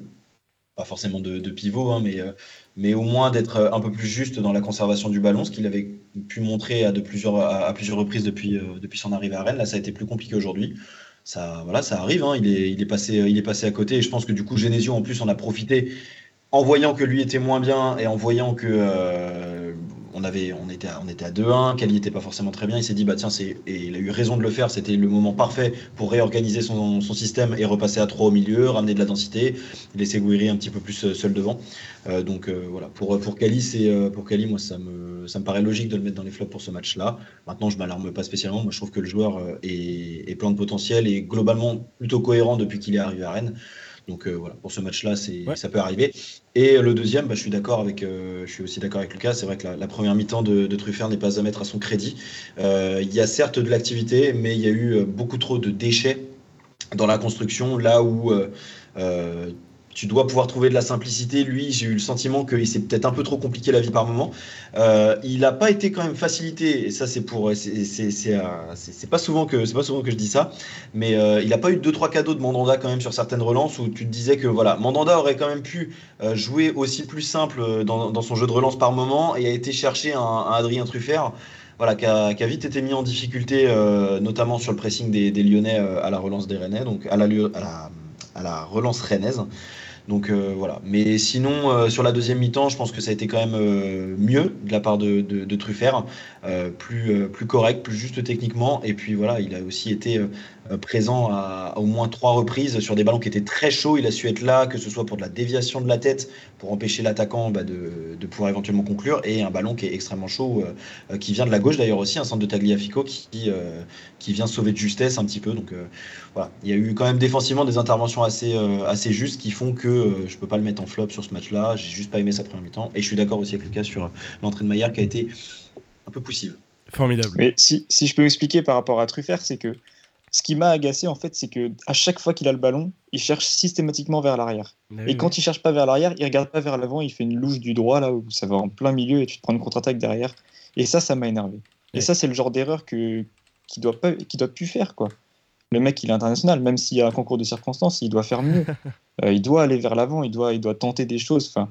pas forcément de, de pivot, hein, mais, euh, mais au moins d'être un peu plus juste dans la conservation du ballon, ce qu'il avait pu montrer à, de plusieurs, à, à plusieurs reprises depuis, euh, depuis son arrivée à Rennes. Là, ça a été plus compliqué aujourd'hui. Ça, voilà, ça arrive, hein, il, est, il, est passé, il est passé à côté. Et je pense que du coup, Genesio, en plus, en a profité en voyant que lui était moins bien et en voyant que euh, on, avait, on, était à, on était à deux un, Kali n'était pas forcément très bien. Il s'est dit, bah tiens, c'est, et il a eu raison de le faire. C'était le moment parfait pour réorganiser son, son système et repasser à trois au milieu, ramener de la densité, laisser Gouiri un petit peu plus seul devant. Euh, donc euh, voilà, pour, pour Kali, c'est, euh, pour Kali, moi, ça me, ça me paraît logique de le mettre dans les flops pour ce match-là. Maintenant, je ne m'alarme pas spécialement. Moi, je trouve que le joueur est, est plein de potentiel et globalement plutôt cohérent depuis qu'il est arrivé à Rennes. Donc euh, voilà, pour ce match-là, c'est, ouais. ça peut arriver. Et le deuxième, bah, je suis d'accord avec, euh, je suis aussi d'accord avec Lucas. C'est vrai que la, la première mi-temps de, de Truffert n'est pas à mettre à son crédit. Euh, il y a certes de l'activité, mais il y a eu beaucoup trop de déchets dans la construction, là où euh, euh, tu dois pouvoir trouver de la simplicité. Lui, j'ai eu le sentiment qu'il s'est peut-être un peu trop compliqué la vie par moment. Euh, il n'a pas été quand même facilité, et ça c'est pour, c'est, c'est, c'est, euh, c'est, c'est pas souvent que c'est pas souvent que je dis ça, mais euh, il n'a pas eu deux trois cadeaux de Mandanda quand même sur certaines relances où tu te disais que voilà, Mandanda aurait quand même pu euh, jouer aussi plus simple dans, dans son jeu de relance par moment et a été chercher un, un Adrien Truffert. Voilà, qui a, qui a vite été mis en difficulté, euh, notamment sur le pressing des, des Lyonnais euh, à la relance des Rennais, donc à la, à la, à la relance rennaise. Donc euh, voilà. Mais sinon, euh, sur la deuxième mi-temps, je pense que ça a été quand même euh, mieux de la part de, de, de Truffert, euh, plus, euh, plus correct, plus juste techniquement. Et puis voilà, il a aussi été euh, présent à, à au moins trois reprises sur des ballons qui étaient très chauds. Il a su être là, que ce soit pour de la déviation de la tête, pour empêcher l'attaquant bah, de, de pouvoir éventuellement conclure, et un ballon qui est extrêmement chaud, euh, qui vient de la gauche d'ailleurs aussi, un centre de Tagliafico qui, euh, qui vient sauver de justesse un petit peu. Donc euh, voilà, il y a eu quand même défensivement des interventions assez, euh, assez justes qui font que euh, je peux pas le mettre en flop sur ce match-là. J'ai juste pas aimé sa première mi-temps. Et je suis d'accord aussi avec Lucas sur l'entrée de Maillard qui a été un peu poussive. Formidable. Mais si, si je peux m'expliquer par rapport à Truffert, c'est que ce qui m'a agacé, en fait, c'est que à chaque fois qu'il a le ballon, il cherche systématiquement vers l'arrière. Mais et oui, quand oui. il cherche pas vers l'arrière, il regarde pas vers l'avant, il fait une louche du droit, là où ça va en plein milieu et tu te prends une contre-attaque derrière. Et ça, ça m'a énervé. Et ouais. ça, c'est le genre d'erreur que, qu'il doit pas, qu'il doit plus faire, quoi. Le mec, il est international, même s'il y a un concours de circonstances, il doit faire mieux. euh, il doit aller vers l'avant, il doit, il doit tenter des choses. Enfin,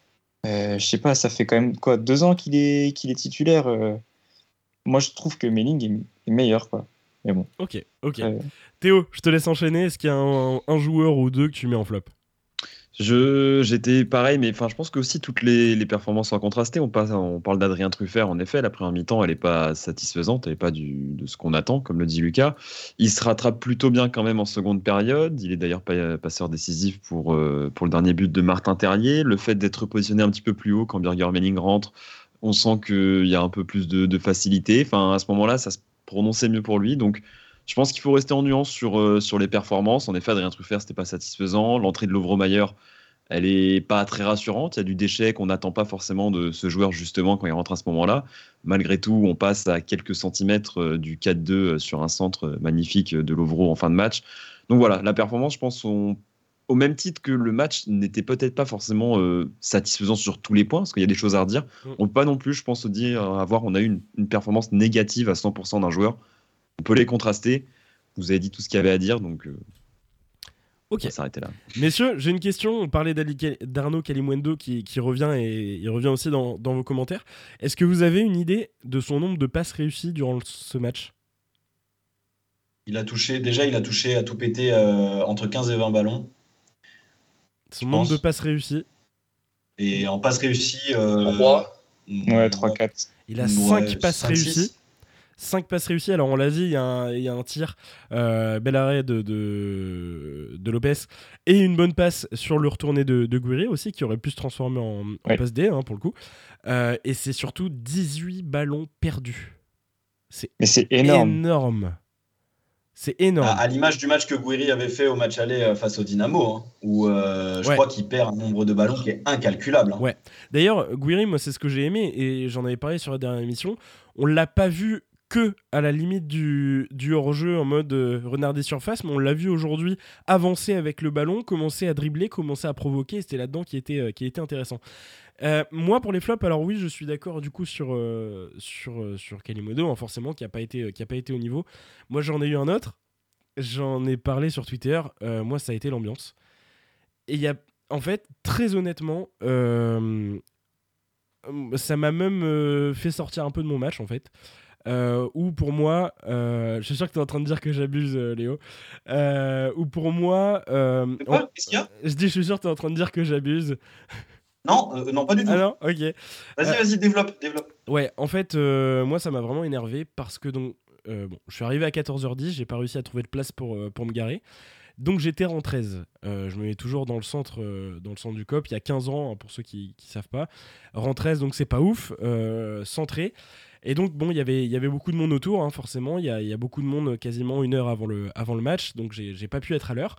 euh, je sais pas, ça fait quand même quoi, deux ans qu'il est, qu'il est titulaire. Euh... Moi, je trouve que Melling est, est meilleur, quoi. Mais bon. Ok, ok. Euh... Théo, je te laisse enchaîner. Est-ce qu'il y a un, un joueur ou deux que tu mets en flop ? Je, j'étais pareil, mais enfin, je pense que aussi toutes les, les performances sont contrastées. On, passe, on parle d'Adrien Truffert, en effet, la première mi-temps, elle n'est pas satisfaisante, elle n'est pas du, de ce qu'on attend, comme le dit Lucas. Il se rattrape plutôt bien quand même en seconde période. Il est d'ailleurs passeur décisif pour, euh, pour le dernier but de Martin Terrier. Le fait d'être positionné un petit peu plus haut quand Birger Meling rentre, on sent qu'il y a un peu plus de, de facilité. Enfin, à ce moment-là, ça se prononçait mieux pour lui. Donc, je pense qu'il faut rester en nuance sur, euh, sur les performances. En effet, Adrien Truffert, c'était pas satisfaisant. L'entrée de Lovro-Mayer, elle est pas très rassurante. Il y a du déchet qu'on n'attend pas forcément de ce joueur, justement, quand il rentre à ce moment-là. Malgré tout, on passe à quelques centimètres du quatre deux sur un centre magnifique de Lovro en fin de match. Donc voilà, la performance, je pense, on... au même titre que le match n'était peut-être pas forcément euh, satisfaisant sur tous les points, parce qu'il y a des choses à redire. On ne peut pas non plus, je pense, se dire, avoir, on a eu une, une performance négative à cent pour cent d'un joueur. On peut les contraster. Vous avez dit tout ce qu'il y avait à dire, donc euh, ok. On va s'arrêter là. Messieurs, j'ai une question. On parlait d'Arnaud Kalimuendo qui, qui revient et il revient aussi dans, dans vos commentaires. Est-ce que vous avez une idée de son nombre de passes réussies durant ce match ? Il a touché, déjà, il a touché à tout péter euh, entre quinze et vingt ballons. Son nombre de passes réussies. Et en passes réussies... Euh, trois. Ouais, trois quatre. Il a cinq ouais, passes cinq, réussies. six. cinq passes réussies. Alors, on l'a dit, il y, y a un tir, euh, bel arrêt de, de, de Lopez et une bonne passe sur le retourné de, de Guiri aussi, qui aurait pu se transformer en, en ouais. passe D hein, pour le coup. Euh, et c'est surtout dix-huit ballons perdus. C'est, Mais c'est énorme. énorme. C'est énorme. À, à l'image du match que Guiri avait fait au match aller face au Dynamo, hein, où euh, je ouais. crois qu'il perd un nombre de ballons qui est incalculable. Hein. Ouais. D'ailleurs, Guiri, moi, c'est ce que j'ai aimé, et j'en avais parlé sur la dernière émission. On l'a pas vu que à la limite du, du hors-jeu en mode euh, renard des surfaces, mais on l'a vu aujourd'hui avancer avec le ballon, commencer à dribbler, commencer à provoquer, et c'était là-dedans qui était, euh, qui était intéressant. Euh, moi pour les flops, alors oui je suis d'accord du coup sur, euh, sur, euh, sur Kalimodo hein, forcément qui n'a pas, euh, pas été au niveau. Moi j'en ai eu un autre, j'en ai parlé sur Twitter, euh, moi ça a été l'ambiance. Et il y a en fait très honnêtement euh, ça m'a même euh, fait sortir un peu de mon match en fait. Euh, ou pour moi, euh, je suis sûr que tu es en train de dire que j'abuse, euh, Léo. Euh, ou pour moi, euh, quoi on... Qu'est-ce qu'il y a ? Je dis, je suis sûr que tu es en train de dire que j'abuse. Non, euh, non, pas du tout. Ah non, ok. Vas-y, euh, vas-y, développe, développe. Ouais, en fait, euh, moi, ça m'a vraiment énervé parce que donc, euh, bon, je suis arrivé à quatorze heures dix, j'ai pas réussi à trouver de place pour, euh, pour me garer. Donc j'étais rang treize. Euh, je me mets toujours dans le centre, euh, dans le centre du C O P. Il y a quinze ans, hein, pour ceux qui ne savent pas. Rang treize, donc c'est pas ouf. Euh, centré. Et donc, bon, y il y avait beaucoup de monde autour, hein, forcément. Il y a, y a beaucoup de monde quasiment une heure avant le, avant le match. Donc j'ai, j'ai pas pu être à l'heure.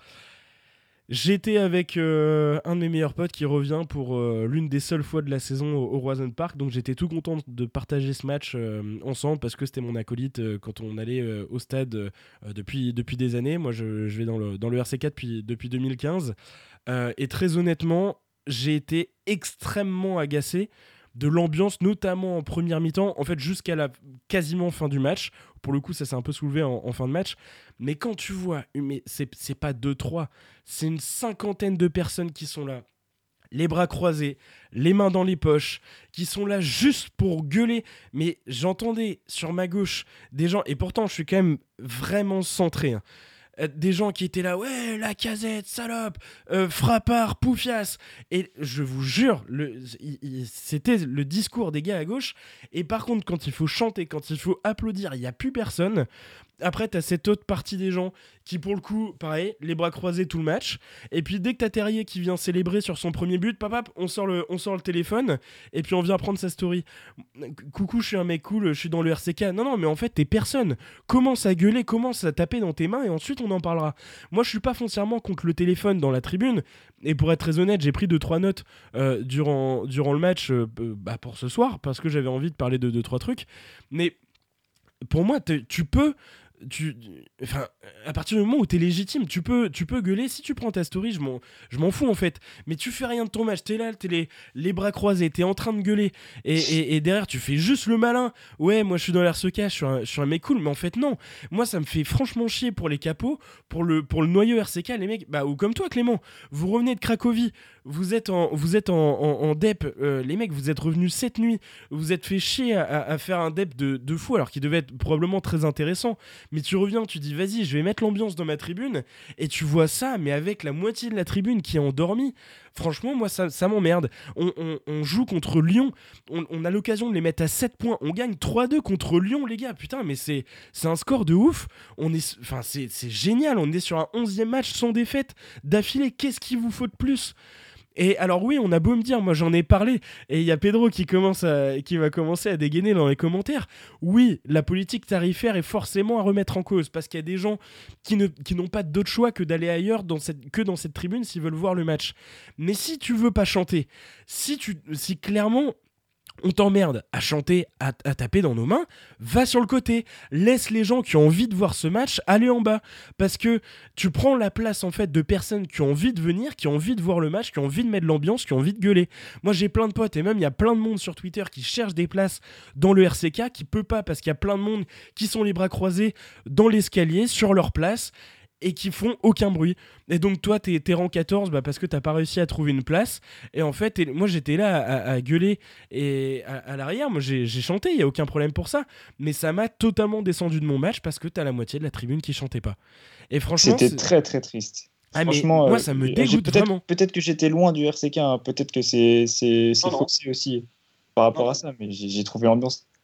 J'étais avec euh, un de mes meilleurs potes qui revient pour euh, l'une des seules fois de la saison au, au Roison Park. Donc j'étais tout content de partager ce match euh, ensemble parce que c'était mon acolyte euh, quand on allait euh, au stade euh, depuis, depuis des années. Moi, je, je vais dans le, dans le R C K depuis, depuis deux mille quinze. Euh, et très honnêtement, j'ai été extrêmement agacé de l'ambiance, notamment en première mi-temps, en fait jusqu'à la quasiment fin du match. Pour le coup, ça s'est un peu soulevé en, en fin de match. Mais quand tu vois, mais c'est, c'est pas deux trois, c'est une cinquantaine de personnes qui sont là, les bras croisés, les mains dans les poches, qui sont là juste pour gueuler. Mais j'entendais sur ma gauche des gens, et pourtant je suis quand même vraiment centré, hein, des gens qui étaient là, ouais, Lacazette, salope, euh, Frappard, Poufias. Et je vous jure, le, il, il, c'était le discours des gars à gauche. Et par contre, quand il faut chanter, quand il faut applaudir, il n'y a plus personne. Après, t'as cette autre partie des gens qui, pour le coup, pareil, les bras croisés tout le match. Et puis, dès que t'as Terrier qui vient célébrer sur son premier but, papap, on sort le, on sort le téléphone et puis on vient prendre sa story. Coucou, je suis un mec cool, je suis dans le R C K. Non, non, mais en fait, t'es personne. Commence à gueuler, commence à taper dans tes mains et ensuite, on en parlera. Moi, je suis pas foncièrement contre le téléphone dans la tribune. Et pour être très honnête, j'ai pris deux trois notes euh, durant, durant le match euh, bah, pour ce soir parce que j'avais envie de parler de deux trois trucs. Mais pour moi, tu peux... Tu, enfin, à partir du moment où t'es légitime, tu peux, tu peux gueuler. Si tu prends ta story, je m'en, je m'en fous en fait. Mais tu fais rien de ton match. T'es là, t'es les, les bras croisés, t'es en train de gueuler. Et, et, et derrière, tu fais juste le malin. Ouais, moi je suis dans l'R C K, je suis, un, je suis un mec cool. Mais en fait, non. Moi, ça me fait franchement chier pour les capots, pour le, pour le noyau R C K, les mecs. Bah, ou comme toi, Clément. Vous revenez de Cracovie. Vous êtes en, vous êtes en, en, en dep. Euh, les mecs, vous êtes revenus cette nuit. Vous êtes fait chier à, à, à faire un dep de, de fou, alors qu'il devait être probablement très intéressant. Mais tu reviens, tu dis vas-y, je vais mettre l'ambiance dans ma tribune, et tu vois ça, mais avec la moitié de la tribune qui est endormie. Franchement, moi, ça, ça m'emmerde. On, on, on joue contre Lyon, on, on a l'occasion de les mettre à sept points, on gagne trois deux contre Lyon, les gars. Putain, mais c'est, c'est un score de ouf. On est, enfin, c'est, c'est génial, on est sur un onzième match sans défaite d'affilée. Qu'est-ce qu'il vous faut de plus ? Et alors oui, on a beau me dire, moi j'en ai parlé, et il y a Pedro qui, commence à, qui va commencer à dégainer dans les commentaires. Oui, la politique tarifaire est forcément à remettre en cause, parce qu'il y a des gens qui, ne, qui n'ont pas d'autre choix que d'aller ailleurs dans cette, que dans cette tribune s'ils veulent voir le match. Mais si tu veux pas chanter, si, tu, si clairement... on t'emmerde à chanter, à, à taper dans nos mains, va sur le côté, laisse les gens qui ont envie de voir ce match aller en bas, parce que tu prends la place en fait de personnes qui ont envie de venir, qui ont envie de voir le match, qui ont envie de mettre l'ambiance, qui ont envie de gueuler. Moi j'ai plein de potes, et même il y a plein de monde sur Twitter qui cherchent des places dans le R C K, qui peut pas parce qu'il y a plein de monde qui sont les bras croisés dans l'escalier, sur leur place, et qui font aucun bruit. Et donc toi t'es, t'es rang quatorze bah, parce que t'as pas réussi à trouver une place, et en fait moi j'étais là à, à gueuler et à, à l'arrière, moi j'ai, j'ai chanté, il y a aucun problème pour ça, mais ça m'a totalement descendu de mon match parce que t'as la moitié de la tribune qui chantait pas. Et franchement c'était c'est... très très triste. Ah, franchement, mais moi ça me dégoûte peut-être, vraiment. Peut-être que j'étais loin du R C K, hein. Peut-être que c'est, c'est, c'est faussé aussi par rapport non. à ça, mais j'ai, j'ai trouvé l'ambiance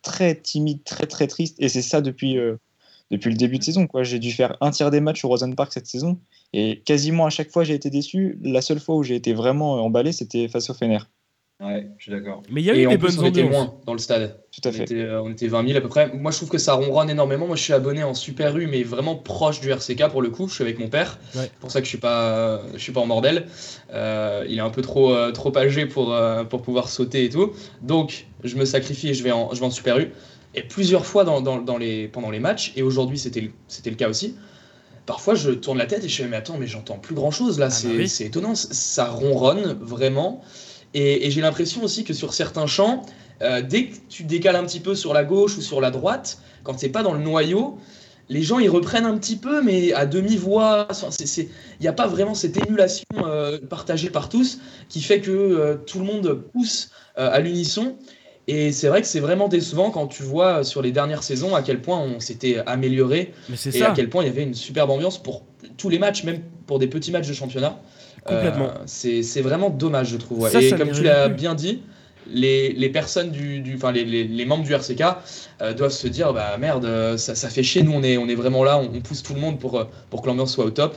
très timide, très très triste. Et c'est ça depuis, euh, depuis le début de saison, quoi. J'ai dû faire un tiers des matchs au Roazhon Park cette saison. Et quasiment à chaque fois, j'ai été déçu. La seule fois où j'ai été vraiment emballé, c'était face au Fener. Ouais, je suis d'accord. Mais il y a Et eu en des plus, bonnes on était ambiances. moins dans le stade. Tout à On fait. était, euh, on était vingt mille à peu près. Moi, je trouve que ça ronronne énormément. Moi, je suis abonné en Super U, mais vraiment proche du R C K pour le coup. Je suis avec mon père. Ouais. C'est pour ça que je suis pas, je suis pas en bordel. Euh, il est un peu trop, euh, trop âgé pour, euh, pour pouvoir sauter et tout. Donc, je me sacrifie et je vais en, je vais en Super U. Et plusieurs fois dans, dans, dans les, pendant les matchs, et aujourd'hui, c'était le, c'était le cas aussi. Parfois, je tourne la tête et je me dis, mais attends, mais j'entends plus grand chose là. Ah c'est, bah oui. c'est étonnant. Ça ronronne vraiment. Et, et j'ai l'impression aussi que sur certains champs, euh, dès que tu décales un petit peu sur la gauche ou sur la droite, quand t'es pas dans le noyau, les gens ils reprennent un petit peu, mais à demi-voix. Il n'y a pas vraiment cette émulation euh, partagée par tous qui fait que euh, tout le monde pousse euh, à l'unisson. Et c'est vrai que c'est vraiment décevant quand tu vois sur les dernières saisons à quel point on s'était amélioré Mais c'est et ça. à quel point il y avait une superbe ambiance pour tous les matchs, même pour des petits matchs de championnat. Complètement. Euh, c'est, c'est vraiment dommage, je trouve. Ouais. Ça, et ça comme m'y tu l'as revient plus. bien dit, les, les personnes du, du, enfin les, les, les membres du R C K euh, doivent se dire, bah merde, euh, ça, ça fait chier. Nous, on est, on est vraiment là, on, on pousse tout le monde pour, euh, pour que l'ambiance soit au top.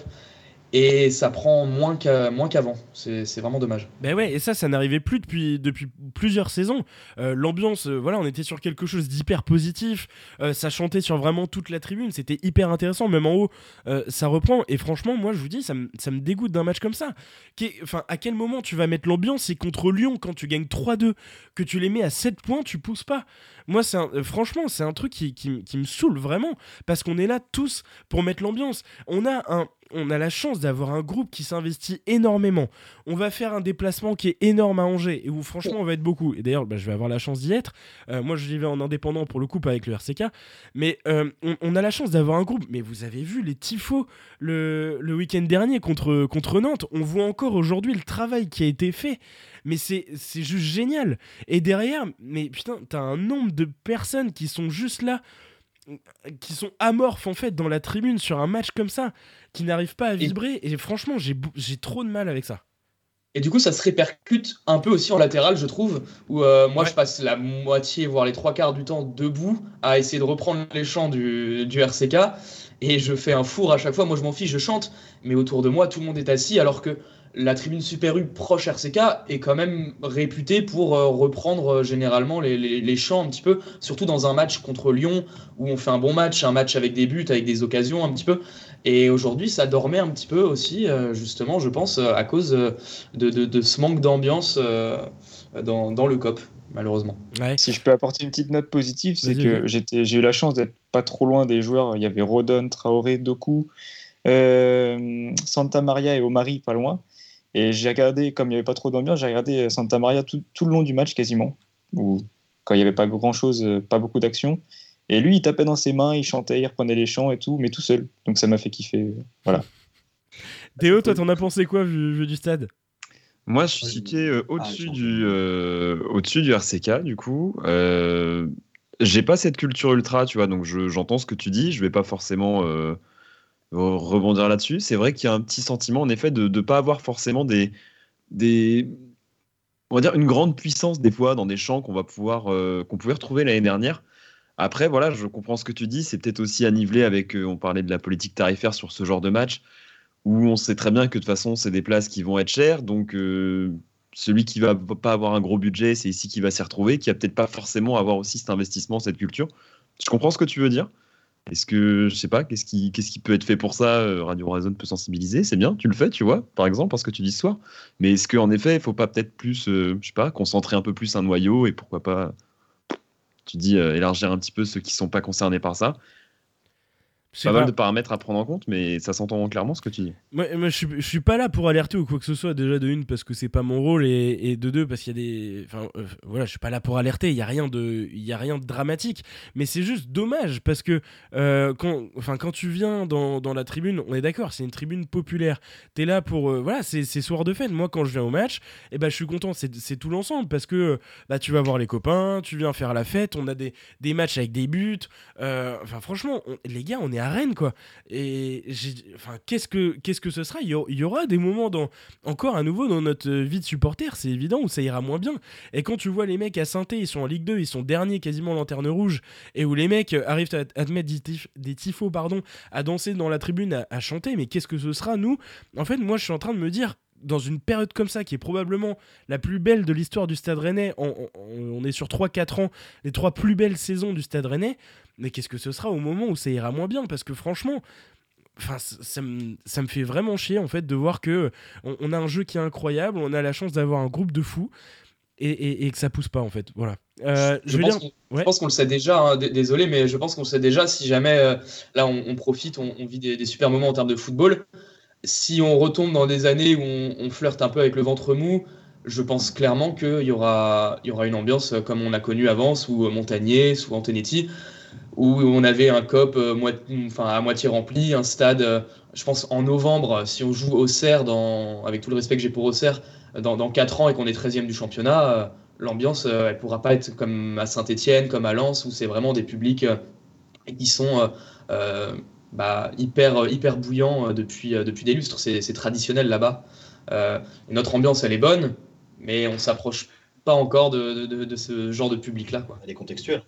Et ça prend moins, qu'à, moins qu'avant. C'est, c'est vraiment dommage. Ben ouais, et ça, ça n'arrivait plus depuis, depuis plusieurs saisons. Euh, l'ambiance, euh, voilà, on était sur quelque chose d'hyper positif. Euh, ça chantait sur vraiment toute la tribune. C'était hyper intéressant, même en haut. Euh, ça reprend. Et franchement, moi, je vous dis, ça me, ça me dégoûte d'un match comme ça. Enfin, à quel moment tu vas mettre l'ambiance? C'est contre Lyon, quand tu gagnes trois deux, que tu les mets à sept points, tu pousses pas. Moi, c'est un, euh, franchement, c'est un truc qui, qui, qui me saoule vraiment. Parce qu'on est là tous pour mettre l'ambiance. On a un. On a la chance d'avoir un groupe qui s'investit énormément. On va faire un déplacement qui est énorme à Angers et où franchement on va être beaucoup. Et d'ailleurs, bah, je vais avoir la chance d'y être. Euh, moi, je vivais en indépendant pour le coup, pas avec le R C K. Mais euh, on, on a la chance d'avoir un groupe. Mais vous avez vu les tifos le, le week-end dernier contre, contre Nantes. On voit encore aujourd'hui le travail qui a été fait. Mais c'est, c'est juste génial. Et derrière, mais putain, t'as un nombre de personnes qui sont juste là, qui sont amorphes en fait dans la tribune sur un match comme ça, qui n'arrivent pas à vibrer, et, et franchement j'ai, j'ai trop de mal avec ça. Et du coup ça se répercute un peu aussi en latéral, je trouve, où euh, moi ouais. je passe la moitié voire les trois quarts du temps debout à essayer de reprendre les chants du, du R C K, et je fais un four à chaque fois. Moi je m'en fiche, je chante, mais autour de moi tout le monde est assis, alors que la tribune Super U proche R C K est quand même réputée pour euh, reprendre euh, généralement les, les, les chants un petit peu, surtout dans un match contre Lyon où on fait un bon match, un match avec des buts, avec des occasions un petit peu. Et aujourd'hui, ça dormait un petit peu aussi, euh, justement, je pense, euh, à cause euh, de, de, de ce manque d'ambiance euh, dans, dans le C O P, malheureusement. Ouais. Si je peux apporter une petite note positive, c'est Vas-y, que vas-y. j'étais, j'ai eu la chance d'être pas trop loin des joueurs. Il y avait Rodon, Traoré, Doku, euh, Santa Maria et Omari pas loin. Et j'ai regardé, comme il n'y avait pas trop d'ambiance, j'ai regardé Santa Maria tout, tout le long du match quasiment, ou quand il n'y avait pas grand-chose, pas beaucoup d'action. Et lui, il tapait dans ses mains, il chantait, il reprenait les chants et tout, mais tout seul. Donc ça m'a fait kiffer. Voilà. Théo, toi, t'en as pensé quoi vu, vu du stade? Moi, je suis situé euh, au-dessus, du, euh, au-dessus du R C K, du coup. Euh, j'ai pas cette culture ultra, tu vois, donc je, j'entends ce que tu dis. Je vais pas forcément euh, rebondir là-dessus. C'est vrai qu'il y a un petit sentiment, en effet, de ne pas avoir forcément des, des. On va dire une grande puissance, des fois, dans des chants qu'on va pouvoir, euh, qu'on pouvait retrouver l'année dernière. Après, voilà, je comprends ce que tu dis. C'est peut-être aussi à niveler avec. Euh, on parlait de la politique tarifaire sur ce genre de match, où on sait très bien que de toute façon, c'est des places qui vont être chères. Donc, euh, celui qui va pas avoir un gros budget, c'est ici qui va s'y retrouver, qui va peut-être pas forcément avoir aussi cet investissement, cette culture. Je comprends ce que tu veux dire. Est-ce que, je sais pas, qu'est-ce qui, qu'est-ce qui peut être fait pour ça? Radio Roazhon peut sensibiliser, c'est bien, tu le fais, tu vois, par exemple, parce que tu dis ce soir. Mais est-ce qu'en effet, il faut pas peut-être plus, euh, je sais pas, concentrer un peu plus un noyau et pourquoi pas, tu dis, euh, élargir un petit peu ceux qui sont pas concernés par ça? Pas, pas mal de paramètres à prendre en compte, mais ça s'entend clairement ce que tu dis. Moi, moi je, suis, je suis pas là pour alerter ou quoi que ce soit, déjà de une parce que c'est pas mon rôle, et, et de deux parce qu'il y a des, enfin euh, voilà, je suis pas là pour alerter. Il y a rien de, il y a rien de dramatique, mais c'est juste dommage parce que euh, quand, enfin quand tu viens dans, dans la tribune, on est d'accord, c'est une tribune populaire. T'es là pour, euh, voilà, c'est, c'est soir de fête. Moi, quand je viens au match, et eh ben je suis content. C'est, c'est tout l'ensemble parce que bah tu vas voir les copains, tu viens faire la fête. On a des, des matchs avec des buts. Enfin euh, franchement, on, les gars, on est à Rennes, quoi. Et j'ai, enfin, qu'est-ce que, qu'est-ce que ce sera ? Il y aura des moments, dans, encore à nouveau, dans notre vie de supporter, c'est évident, où ça ira moins bien. Et quand tu vois les mecs à Saint-Étienne, ils sont en Ligue deux, ils sont derniers, quasiment lanterne rouge, et où les mecs arrivent à, à te mettre des, tif- des tifos, pardon, à danser dans la tribune, à, à chanter, mais qu'est-ce que ce sera, nous ? En fait, moi, je suis en train de me dire, dans une période comme ça, qui est probablement la plus belle de l'histoire du Stade Rennais, on, on, on est sur trois quatre ans, les trois plus belles saisons du Stade Rennais, mais qu'est-ce que ce sera au moment où ça ira moins bien ? Parce que franchement, enfin, ça, ça, me, ça me fait vraiment chier, en fait, de voir que on, on a un jeu qui est incroyable, on a la chance d'avoir un groupe de fous, et, et, et que ça pousse pas, en fait. Voilà. Euh, je, je, veux pense dire... ouais. je pense qu'on le sait déjà, hein, d- désolé, mais je pense qu'on le sait déjà, si jamais, euh, là, on, on profite, on, on vit des, des super moments en termes de football. Si on retombe dans des années où on, on flirte un peu avec le ventre mou, je pense clairement qu'il y aura, il y aura une ambiance comme on a connu avant, sous Montagnier, sous Antonetti, où on avait un C O P euh, moit- enfin, à moitié rempli, un stade, euh, je pense en novembre, si on joue Auxerre, dans, avec tout le respect que j'ai pour Auxerre, dans, dans quatre ans et qu'on est treizième du championnat, euh, l'ambiance, euh, elle ne pourra pas être comme à Saint-Étienne, comme à Lens, où c'est vraiment des publics euh, qui sont... euh, euh, bah, hyper, hyper bouillant depuis, depuis des lustres. C'est, c'est traditionnel là-bas. Euh, notre ambiance, elle est bonne, mais on ne s'approche pas encore de, de, de ce genre de public-là, quoi. Elle est contextuelle.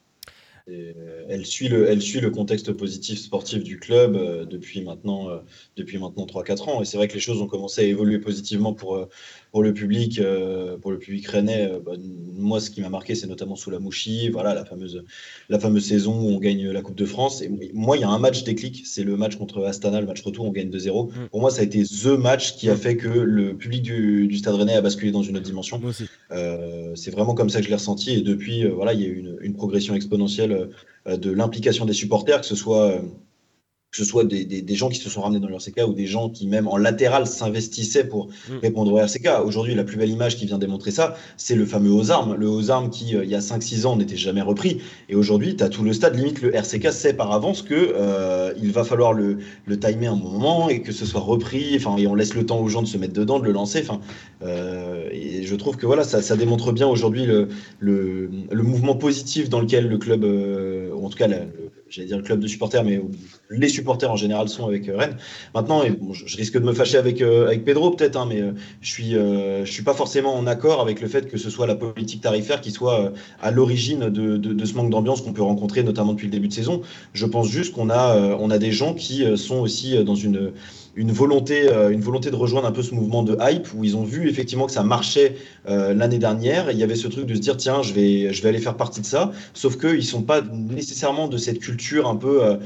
Et elle, suit le, elle suit le contexte positif sportif du club euh, depuis maintenant, euh, depuis maintenant trois quatre ans. Et c'est vrai que les choses ont commencé à évoluer positivement pour, euh, pour, le, public, euh, pour le public rennais. Euh, bah, moi, ce qui m'a marqué, c'est notamment sous la Mouchi, voilà, la, fameuse, la fameuse saison où on gagne la Coupe de France. Et moi, il y a un match déclic, c'est le match contre Astana, le match retour, on gagne deux zéro. Mm. Pour moi, ça a été the match qui a fait que le public du, du Stade Rennais a basculé dans une autre dimension. Moi aussi. Euh, c'est vraiment comme ça que je l'ai ressenti. Et depuis, euh, voilà, il y a eu une, une progression exponentielle de l'implication des supporters, que ce soit, que ce soit des, des, des gens qui se sont ramenés dans le R C K ou des gens qui, même en latéral, s'investissaient pour mmh. répondre au R C K. Aujourd'hui, la plus belle image qui vient démontrer ça, c'est le fameux Aux Armes. Le Aux Armes qui, il y a cinq six ans, n'était jamais repris. Et aujourd'hui, tu as tout le stade, limite, le R C K sait par avance qu'il euh, va falloir le, le timer un moment et que ce soit repris. Enfin, et on laisse le temps aux gens de se mettre dedans, de le lancer. Enfin, euh, et je trouve que voilà, ça, ça démontre bien aujourd'hui le, le, le mouvement positif dans lequel le club, euh, ou en tout cas, la, le, j'allais dire le club de supporters, mais les supporters en général sont avec euh, Rennes. Maintenant, et bon, je, je risque de me fâcher avec, euh, avec Pedro peut-être, hein, mais euh, je suis, euh, je suis pas forcément en accord avec le fait que ce soit la politique tarifaire qui soit euh, à l'origine de, de, de ce manque d'ambiance qu'on peut rencontrer, notamment depuis le début de saison. Je pense juste qu'on a, euh, on a des gens qui euh, sont aussi dans une Une volonté, euh, une volonté de rejoindre un peu ce mouvement de hype où ils ont vu effectivement que ça marchait euh, l'année dernière. Et il y avait ce truc de se dire tiens, je vais, je vais aller faire partie de ça. Sauf qu'ils ne sont pas nécessairement de cette culture un peu euh,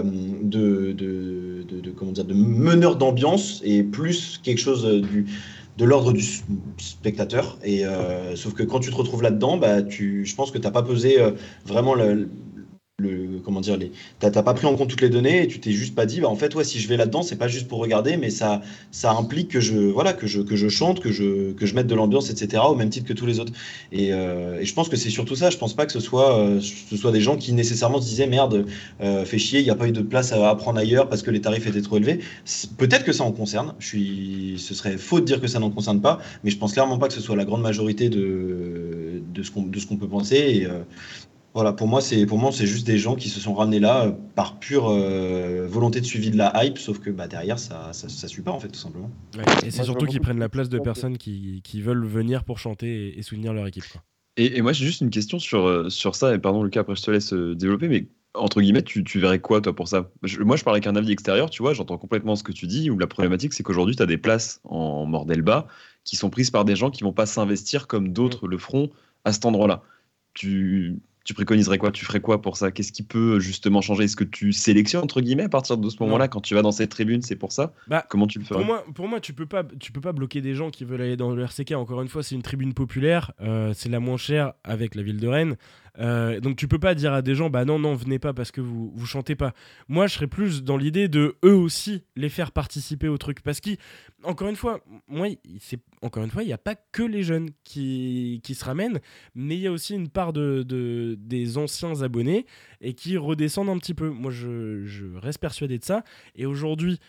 de, de, de, de, comment dire, de meneur d'ambiance et plus quelque chose du. de l'ordre du spectateur. Et, euh, sauf que quand tu te retrouves là-dedans, bah, tu, je pense que tu n'as pas pesé euh, vraiment le. Le, comment dire, les, t'as, t'as pas pris en compte toutes les données et tu t'es juste pas dit, bah en fait, ouais, si je vais là-dedans, c'est pas juste pour regarder, mais ça, ça implique que je, voilà, que je, que je chante, que je, que je mette de l'ambiance, et cetera, au même titre que tous les autres. Et, euh, et je pense que c'est surtout ça. Je pense pas que ce soit, euh, ce soit des gens qui nécessairement se disaient, merde, euh, fait chier, il n'y a pas eu de place à, à prendre ailleurs parce que les tarifs étaient trop élevés. C'est, peut-être que ça en concerne. Je suis, ce serait faux de dire que ça n'en concerne pas, mais je pense clairement pas que ce soit la grande majorité de, de ce qu'on, de ce qu'on peut penser. Et, euh, Voilà, pour moi, c'est pour moi, c'est juste des gens qui se sont ramenés là euh, par pure euh, volonté de suivi de la hype, sauf que bah, derrière, ça, ça, ça suit pas en fait, tout simplement. Ouais, et c'est moi, surtout qu'ils prennent la place de personnes qui, qui veulent venir pour chanter et, et soutenir leur équipe, quoi. Et, et moi, j'ai juste une question sur, sur ça, et pardon Lucas, après je te laisse développer, mais entre guillemets, tu, tu verrais quoi toi pour ça ? je, Moi, je parle avec un avis extérieur, tu vois, j'entends complètement ce que tu dis, où la problématique, c'est qu'aujourd'hui, tu as des places en Mordel Bas qui sont prises par des gens qui vont pas s'investir comme d'autres mmh. le feront à cet endroit-là. Tu... Tu préconiserais quoi ? Tu ferais quoi pour ça ? Qu'est-ce qui peut justement changer ? Est-ce que tu sélectionnes entre guillemets à partir de ce moment-là quand tu vas dans cette tribune ? C'est pour ça ? Bah, comment tu le ferais ? Pour moi, pour moi, tu peux pas, tu peux pas bloquer des gens qui veulent aller dans le R C K. Encore une fois, c'est une tribune populaire, euh, c'est la moins chère avec la ville de Rennes. Euh, donc tu peux pas dire à des gens bah non non venez pas parce que vous vous chantez pas. Moi je serais plus dans l'idée de eux aussi les faire participer au truc parce que encore une fois moi c'est encore une fois il y a pas que les jeunes qui qui se ramènent mais il y a aussi une part de, de des anciens abonnés et qui redescendent un petit peu. Moi je je reste persuadé de ça et aujourd'hui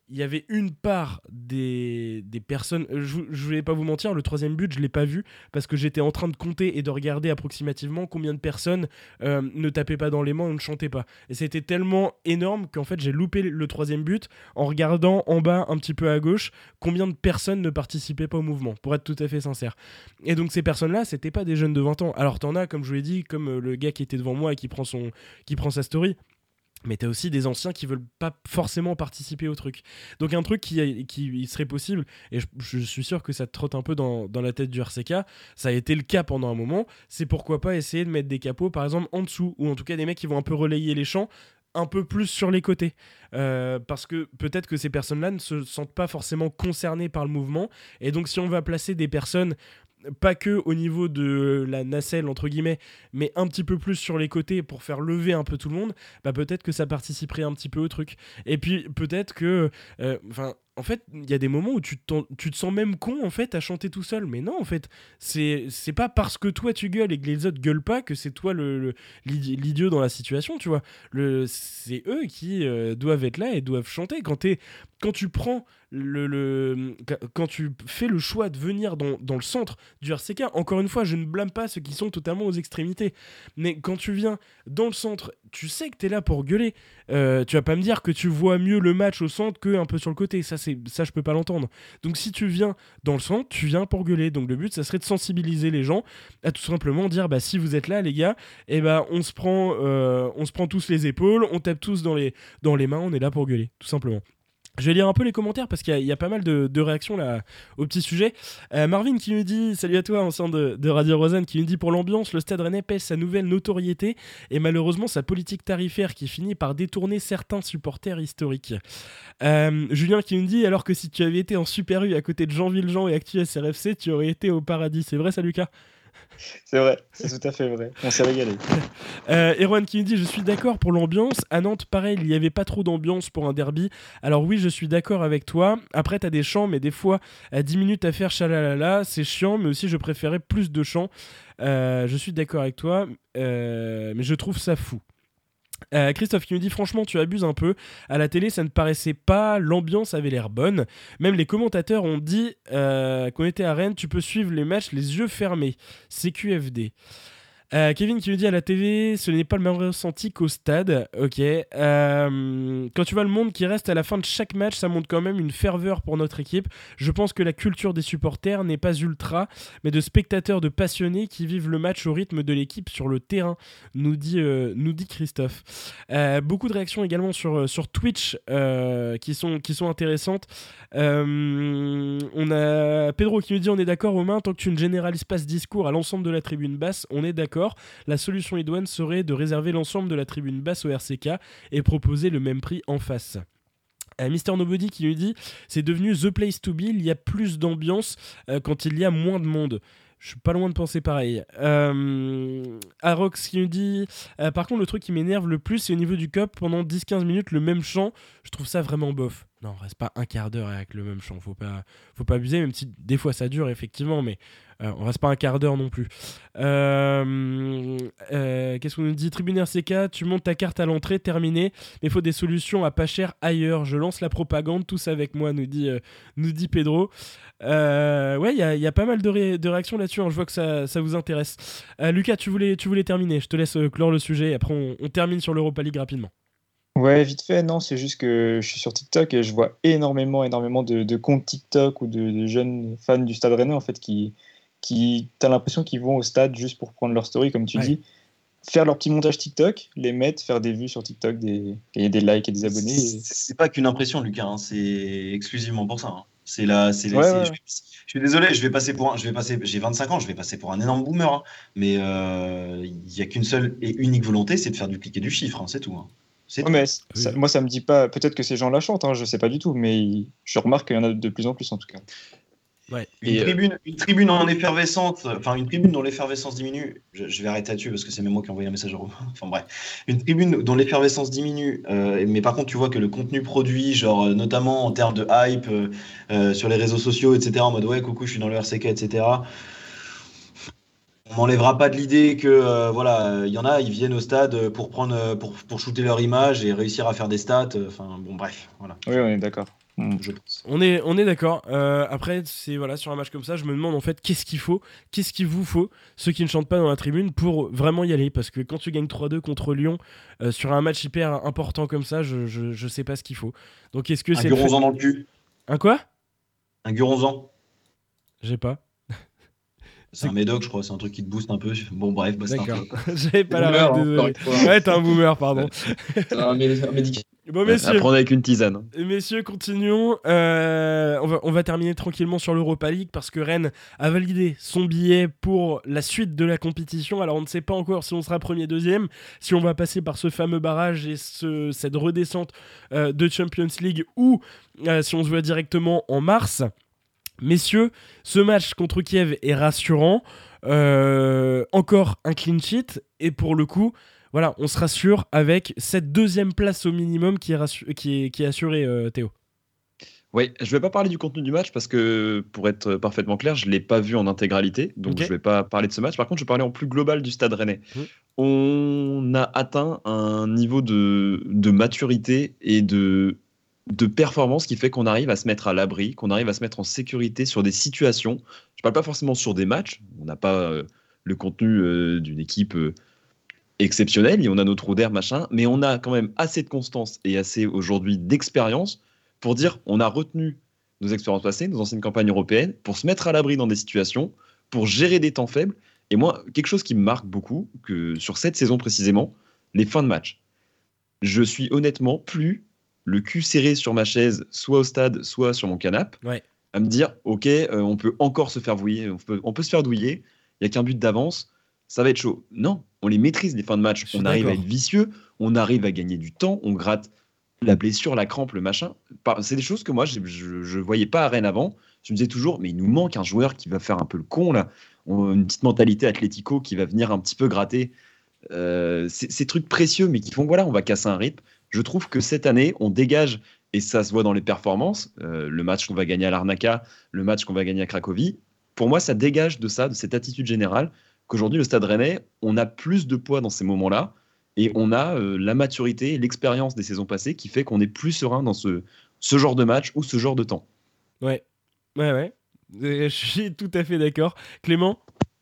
il y avait une part des, des personnes... Je ne vais pas vous mentir, le troisième but, je ne l'ai pas vu parce que j'étais en train de compter et de regarder approximativement combien de personnes euh, ne tapaient pas dans les mains ou ne chantaient pas. Et c'était tellement énorme qu'en fait, j'ai loupé le troisième but en regardant en bas, un petit peu à gauche, combien de personnes ne participaient pas au mouvement, pour être tout à fait sincère. Et donc ces personnes-là, c'était pas des jeunes de vingt ans. Alors t'en as, comme je vous l'ai dit, comme euh, le gars qui était devant moi et qui prend, son, qui prend sa story... Mais t'as aussi des anciens qui veulent pas forcément participer au truc. Donc un truc qui, qui serait possible, et je, je suis sûr que ça te trotte un peu dans, dans la tête du R C K, ça a été le cas pendant un moment, c'est pourquoi pas essayer de mettre des capots par exemple en dessous, ou en tout cas des mecs qui vont un peu relayer les champs, un peu plus sur les côtés. Euh, parce que peut-être que ces personnes-là ne se sentent pas forcément concernées par le mouvement, et donc si on va placer des personnes pas que au niveau de la nacelle entre guillemets, mais un petit peu plus sur les côtés pour faire lever un peu tout le monde, bah peut-être que ça participerait un petit peu au truc. Et puis peut-être que enfin euh, en fait, il y a des moments où tu, tu te sens même con en fait à chanter tout seul. Mais non, en fait, c'est, c'est pas parce que toi tu gueules et que les autres gueulent pas que c'est toi le, le, l'idiot dans la situation, tu vois. Le, c'est eux qui euh, doivent être là et doivent chanter. Quand, t'es, quand tu prends le, le... Quand tu fais le choix de venir dans, dans le centre du R C K, encore une fois, je ne blâme pas ceux qui sont totalement aux extrémités. Mais quand tu viens dans le centre, tu sais que t'es là pour gueuler. Euh, tu vas pas me dire que tu vois mieux le match au centre qu'un peu sur le côté. Ça, c'est, ça, je peux pas l'entendre. Donc si tu viens dans le centre, tu viens pour gueuler. Donc le but, ça serait de sensibiliser les gens à tout simplement dire, bah si vous êtes là, les gars, et bah on se prend, euh, on se prend tous les épaules, on tape tous dans les, dans les mains, on est là pour gueuler, tout simplement. Je vais lire un peu les commentaires parce qu'il y a, il y a pas mal de, de réactions là au petit sujet. Euh, Marvin qui nous dit, salut à toi, ancien de, de Radio Rosanne, qui nous dit pour l'ambiance, le Stade Rennais pèse sa nouvelle notoriété et malheureusement sa politique tarifaire qui finit par détourner certains supporters historiques. Euh, Julien qui nous dit, alors que si tu avais été en Super U à côté de Jean Valjean et Actu S R F C, tu aurais été au paradis. C'est vrai ça, Lucas ? C'est vrai, c'est tout à fait vrai. On s'est régalé. euh, Erwan qui nous dit, je suis d'accord pour l'ambiance. À Nantes, pareil, il n'y avait pas trop d'ambiance pour un derby. Alors oui, je suis d'accord avec toi. Après, t'as des chants, mais des fois, à dix minutes à faire chalalala, c'est chiant, mais aussi je préférais plus de chants. Euh, je suis d'accord avec toi, euh, mais je trouve ça fou. Euh, Christophe qui nous dit franchement tu abuses un peu, à la télé ça ne paraissait pas, l'ambiance avait l'air bonne, même les commentateurs ont dit euh, qu'on était à Rennes, tu peux suivre les matchs les yeux fermés, C Q F D. Euh, Kevin qui nous dit à la T V, ce n'est pas le même ressenti qu'au stade. Ok. Euh, quand tu vois le monde qui reste à la fin de chaque match, ça montre quand même une ferveur pour notre équipe. Je pense que la culture des supporters n'est pas ultra, mais de spectateurs, de passionnés qui vivent le match au rythme de l'équipe sur le terrain, nous dit, euh, nous dit Christophe. Euh, beaucoup de réactions également sur, sur Twitch euh, qui, sont, qui sont intéressantes. Euh, on a Pedro qui nous dit on est d'accord Romain, tant que tu ne généralises pas ce discours à l'ensemble de la tribune basse, on est d'accord. La solution idoine serait de réserver l'ensemble de la tribune basse au R C K et proposer le même prix en face. Euh, Mister Nobody qui lui dit c'est devenu the place to be, il y a plus d'ambiance euh, quand il y a moins de monde. Je suis pas loin de penser pareil. Euh, Arox qui nous dit euh, par contre le truc qui m'énerve le plus c'est au niveau du cup, pendant dix à quinze minutes le même chant, je trouve ça vraiment bof. Non, reste pas un quart d'heure avec le même chant, faut pas, faut pas abuser, même si des fois ça dure effectivement, mais euh, on reste pas un quart d'heure non plus. Euh, euh, qu'est-ce qu'on nous dit ? Tribune R C K, tu montes ta carte à l'entrée, terminé, mais il faut des solutions à pas cher ailleurs. Je lance la propagande, tous avec moi, nous dit, euh, nous dit Pedro. Euh, ouais, il y a, y a pas mal de, ré- de réactions là-dessus, hein. Je vois que ça, ça vous intéresse. Euh, Lucas, tu voulais, tu voulais terminer, je te laisse euh, clore le sujet, et après on, on termine sur l'Europa League rapidement. Ouais, vite fait, non, c'est juste que je suis sur TikTok et je vois énormément, énormément de, de comptes TikTok ou de, de jeunes fans du Stade Rennais en fait qui, qui t'as l'impression qu'ils vont au stade juste pour prendre leur story, comme tu ouais. dis, faire leur petit montage TikTok, les mettre, faire des vues sur TikTok, des, gagner des likes et des abonnés. Et... C'est, c'est pas qu'une impression, Lucas, hein, c'est exclusivement pour ça. Hein. C'est là, c'est, ouais, c'est ouais. Je, je suis désolé, je vais passer pour un, je vais passer, j'ai vingt-cinq ans, je vais passer pour un énorme boomer, hein, mais il euh, y a qu'une seule et unique volonté, c'est de faire du clic et du chiffre, hein, c'est tout. Hein. Ouais, mais ça, moi, ça me dit pas. Peut-être que ces gens-là chantent, hein, je sais pas du tout, mais je remarque qu'il y en a de plus en plus en tout cas. Ouais. Une, et tribune, euh... une tribune en effervescence, enfin une tribune dont l'effervescence diminue. Je, je vais arrêter là-dessus parce que c'est même moi qui ai envoyé un message à Romain. Enfin bref, une tribune dont l'effervescence diminue, euh, mais par contre tu vois que le contenu produit, genre euh, notamment en termes de hype euh, euh, sur les réseaux sociaux, et cetera. En mode ouais coucou, je suis dans le R C K, et cetera. On m'enlèvera pas de l'idée que euh, voilà, il y en a, ils viennent au stade pour prendre, pour pour shooter leur image et réussir à faire des stats. Enfin bon bref, voilà. Oui, on est d'accord. je pense. On est, on est d'accord. Euh, après, c'est voilà, sur un match comme ça, je me demande en fait qu'est-ce qu'il faut, qu'est-ce qu'il vous faut, ceux qui ne chantent pas dans la tribune, pour vraiment y aller. Parce que quand tu gagnes trois deux contre Lyon, euh, sur un match hyper important comme ça, je, je, je sais pas ce qu'il faut. Donc est-ce que un c'est. Un Guronzan fait... dans le cul. Un quoi? Un Guronzan. J'ai pas. C'est un médoc, je crois, c'est un truc qui te booste un peu. Bon, bref, bah, c'est D'accord. un J'avais pas la rêve, désolé. Ouais, t'es un boomer, pardon. C'est un, mé- un médicament. Bon, messieurs, à prendre avec une tisane. Messieurs, continuons. Euh, on, va, on va terminer tranquillement sur l'Europa League parce que Rennes a validé son billet pour la suite de la compétition. Alors, on ne sait pas encore si on sera premier, deuxième, si on va passer par ce fameux barrage et ce, cette redescente euh, de Champions League ou euh, si on se voit directement en mars. Messieurs, ce match contre Kiev est rassurant. Euh, encore un clean sheet. Et pour le coup, voilà, on se rassure avec cette deuxième place au minimum qui est, rassu- qui est, qui est assurée, euh, Théo. Oui, je ne vais pas parler du contenu du match parce que, pour être parfaitement clair, je ne l'ai pas vu en intégralité. Donc, Okay. je ne vais pas parler de ce match. Par contre, je vais parler en plus global du Stade Rennais. Mmh. On a atteint un niveau de, de maturité et de... de performance qui fait qu'on arrive à se mettre à l'abri, qu'on arrive à se mettre en sécurité sur des situations. Je ne parle pas forcément sur des matchs, on n'a pas euh, le contenu euh, d'une équipe euh, exceptionnelle, et on a nos trous d'air, machin, mais on a quand même assez de constance et assez aujourd'hui d'expérience pour dire on a retenu nos expériences passées, nos anciennes campagnes européennes, pour se mettre à l'abri dans des situations, pour gérer des temps faibles. Et moi, quelque chose qui me marque beaucoup, que sur cette saison précisément, les fins de match. Je suis honnêtement plus le cul serré sur ma chaise, soit au stade, soit sur mon canapé, Ouais. à me dire, ok, euh, on peut encore se faire douiller, on peut, on peut se faire douiller, il n'y a qu'un but d'avance, ça va être chaud. Non, on les maîtrise, les fins de match. On arrive d'accord. à être vicieux, on arrive à gagner du temps, on gratte la blessure, la crampe, le machin. C'est des choses que moi, je ne voyais pas à Rennes avant. Je me disais toujours, mais il nous manque un joueur qui va faire un peu le con, là. On, une petite mentalité Atlético qui va venir un petit peu gratter. Euh, ces trucs précieux, mais qui font, voilà, on va casser un rythme. Je trouve que cette année, on dégage, et ça se voit dans les performances, euh, le match qu'on va gagner à Larnaca, le match qu'on va gagner à Cracovie, pour moi, ça dégage de ça, de cette attitude générale, qu'aujourd'hui, le Stade Rennais, on a plus de poids dans ces moments-là, et on a euh, la maturité et l'expérience des saisons passées qui fait qu'on est plus serein dans ce, ce genre de match ou ce genre de temps. Ouais, ouais, ouais. Je suis tout à fait d'accord. Clément ?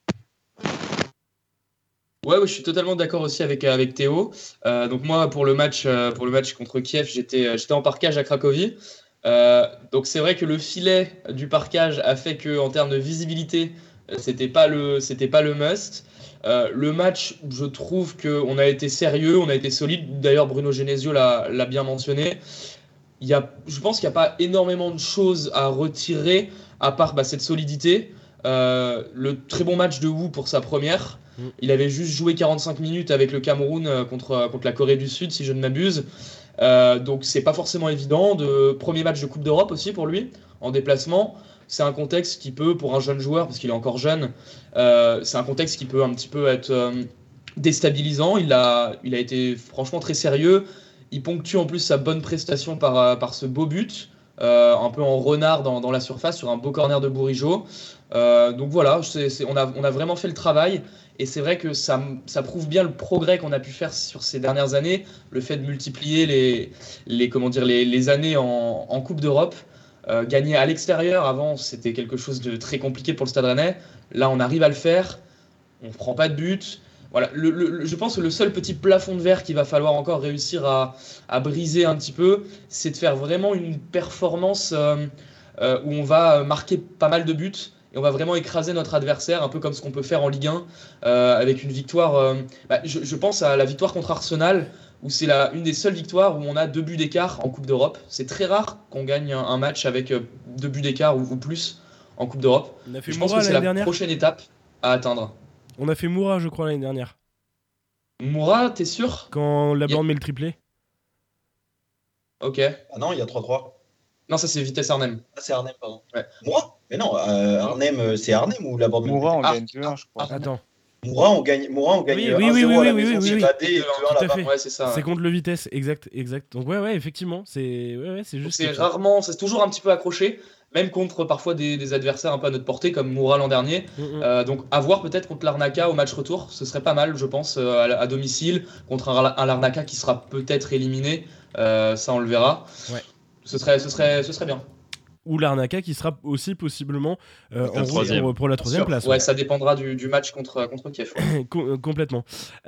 Ouais, ouais, je suis totalement d'accord aussi avec, avec Théo. Euh, donc moi, pour le match, euh, pour le match contre Kiev, j'étais, j'étais en parkage à Cracovie. Euh, donc c'est vrai que le filet du parkage a fait que, en termes de visibilité, c'était pas le, c'était pas le must. Euh, le match, je trouve qu'on a été sérieux, on a été solide. D'ailleurs, Bruno Genesio l'a, l'a bien mentionné. Il y a, je pense qu'il n'y a pas énormément de choses à retirer, à part bah, cette solidité. Euh, le très bon match de Wu pour sa première. Il avait juste joué quarante-cinq minutes avec le Cameroun contre, contre la Corée du Sud, si je ne m'abuse. Euh, donc c'est pas forcément évident. De, premier match de Coupe d'Europe aussi pour lui, en déplacement. C'est un contexte qui peut, pour un jeune joueur, parce qu'il est encore jeune, euh, c'est un contexte qui peut un petit peu être euh, déstabilisant. Il a, il a été franchement très sérieux. Il ponctue en plus sa bonne prestation par, par ce beau but, euh, un peu en renard dans, dans la surface, sur un beau corner de Bourigeaud. Euh, donc voilà, c'est, c'est, on, a, on a vraiment fait le travail. Et c'est vrai que ça, ça prouve bien le progrès qu'on a pu faire sur ces dernières années, le fait de multiplier les, les, comment dire, les, les années en, en Coupe d'Europe. Euh, gagner à l'extérieur, avant, c'était quelque chose de très compliqué pour le Stade Rennais. Là, on arrive à le faire, on ne prend pas de but. Voilà, le, le, je pense que le seul petit plafond de verre qu'il va falloir encore réussir à, à briser un petit peu, c'est de faire vraiment une performance euh, euh, où on va marquer pas mal de buts. Et on va vraiment écraser notre adversaire, un peu comme ce qu'on peut faire en Ligue un, euh, avec une victoire. Euh, bah, je, je pense à la victoire contre Arsenal, où c'est la, une des seules victoires où on a deux buts d'écart en Coupe d'Europe. C'est très rare qu'on gagne un, un match avec euh, deux buts d'écart ou, ou plus en Coupe d'Europe. On a fait Je Moura pense que c'est la dernière. prochaine étape à atteindre. On a fait Moura, je crois, l'année dernière. Moura, t'es sûr ? Quand la bande Yeah. met le triplé. Ok. Ah non, il y a trois trois. Non, ça c'est Vitesse Arnhem. Ah, c'est Arnhem, pardon. Ouais. Moi Mais non, euh, Arnhem, c'est Arnhem ou la bande Moura, on Ah, gagne deux un, je crois. ah, Attends, Moura, on gagne, Moura, on gagne Oui, un oui, oui, zéro oui, à la oui, maison, oui, c'est oui, Badé et Tout deux un à là-bas. fait. Ouais, c'est ça. c'est ouais. contre le Vitesse, exact, exact. Donc ouais, ouais, effectivement, c'est, ouais, ouais, c'est Donc juste. c'est quelque chose. rarement, c'est toujours un petit peu accroché, même contre parfois des, des adversaires un peu à notre portée, comme Moura l'an dernier. Mm, mm. Euh, donc à voir peut-être contre l'Arnaca au match retour, ce serait pas mal, je pense, euh, à, à domicile, contre un, un Larnaca qui sera peut-être éliminé, euh, ça on le verra. Ouais. ce serait, ce serait, ce serait bien. Ou Larnaca qui sera aussi possiblement euh, en route pour, pour la troisième place. Ouais, ouais, ça dépendra du, du match contre, contre Kiev. Ouais. Com- complètement.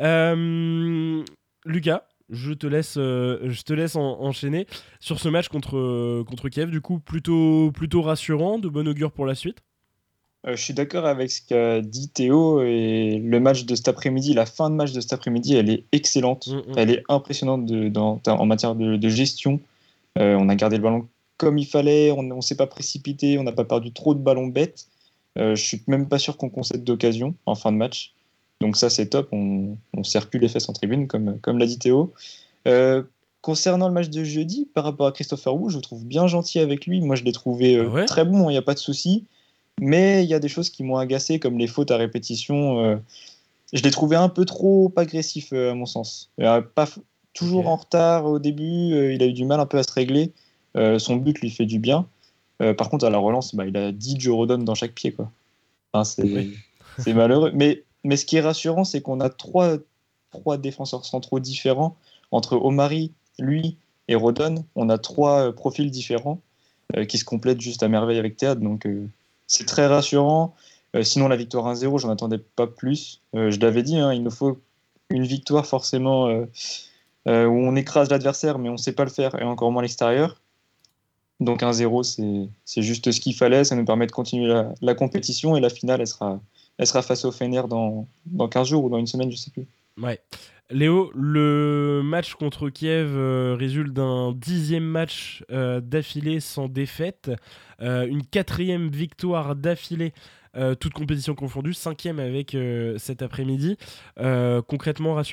Euh, Lucas, je te laisse, euh, je te laisse en, enchaîner sur ce match contre, euh, contre Kiev. Du coup, plutôt, plutôt rassurant, de bon augure pour la suite. Euh, je suis d'accord avec ce qu'a dit Théo. Et le match de cet après-midi, la fin de match de cet après-midi, elle est excellente. Mm-hmm. Elle est impressionnante de, dans, en matière de, de gestion. Euh, on a gardé le ballon comme il fallait, on ne s'est pas précipité, on n'a pas perdu trop de ballons bêtes. Euh, je suis même pas sûr qu'on concède d'occasion en fin de match. Donc ça, c'est top. On ne serre plus les fesses en tribune, comme, comme l'a dit Théo. Euh, concernant le match de jeudi, par rapport à Christopher Wu, je le trouve bien gentil avec lui. Moi, je l'ai trouvé euh, ouais. très bon, il n'y a pas de souci. Mais il y a des choses qui m'ont agacé, comme les fautes à répétition. Euh, je l'ai trouvé un peu trop agressif, euh, à mon sens. Euh, pas f- toujours okay. en retard au début, euh, il a eu du mal un peu à se régler. Euh, son but lui fait du bien. Euh, par contre, à la relance, bah, il a dix Joe Rodon dans chaque pied, quoi. Enfin, c'est, oui. c'est malheureux. Mais, mais ce qui est rassurant, c'est qu'on a trois, trois défenseurs centraux différents. Entre Omari, lui et Rodon, on a trois euh, profils différents euh, qui se complètent juste à merveille avec Théâtre. Donc, euh, c'est très rassurant. Euh, sinon, la victoire un zéro, j'en attendais pas plus. Euh, je l'avais dit, hein, il nous faut une victoire forcément euh, euh, où on écrase l'adversaire, mais on ne sait pas le faire, et encore moins à l'extérieur. Donc un zéro, c'est, c'est juste ce qu'il fallait. Ça nous permet de continuer la, la compétition. Et la finale, elle sera, elle sera face au Fener dans, dans quinze jours ou dans une semaine, je ne sais plus. Ouais. Léo, le match contre Kiev euh, résulte d'un dixième match euh, d'affilée sans défaite. Euh, une quatrième victoire d'affilée, euh, toute compétition confondue. Cinquième avec euh, cet après-midi. Euh, concrètement rassurant ?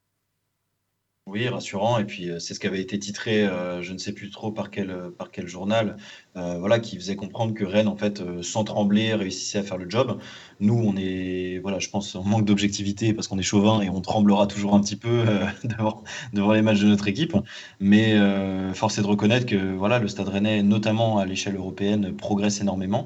Oui, rassurant. Et puis, euh, c'est ce qui avait été titré, euh, je ne sais plus trop par quel, euh, par quel journal, euh, voilà, qui faisait comprendre que Rennes, en fait, euh, sans trembler, réussissait à faire le job. Nous, on est, voilà, je pense, on manque d'objectivité parce qu'on est chauvin et on tremblera toujours un petit peu euh, devant, devant les matchs de notre équipe. Mais euh, force est de reconnaître que voilà, le Stade Rennais, notamment à l'échelle européenne, progresse énormément.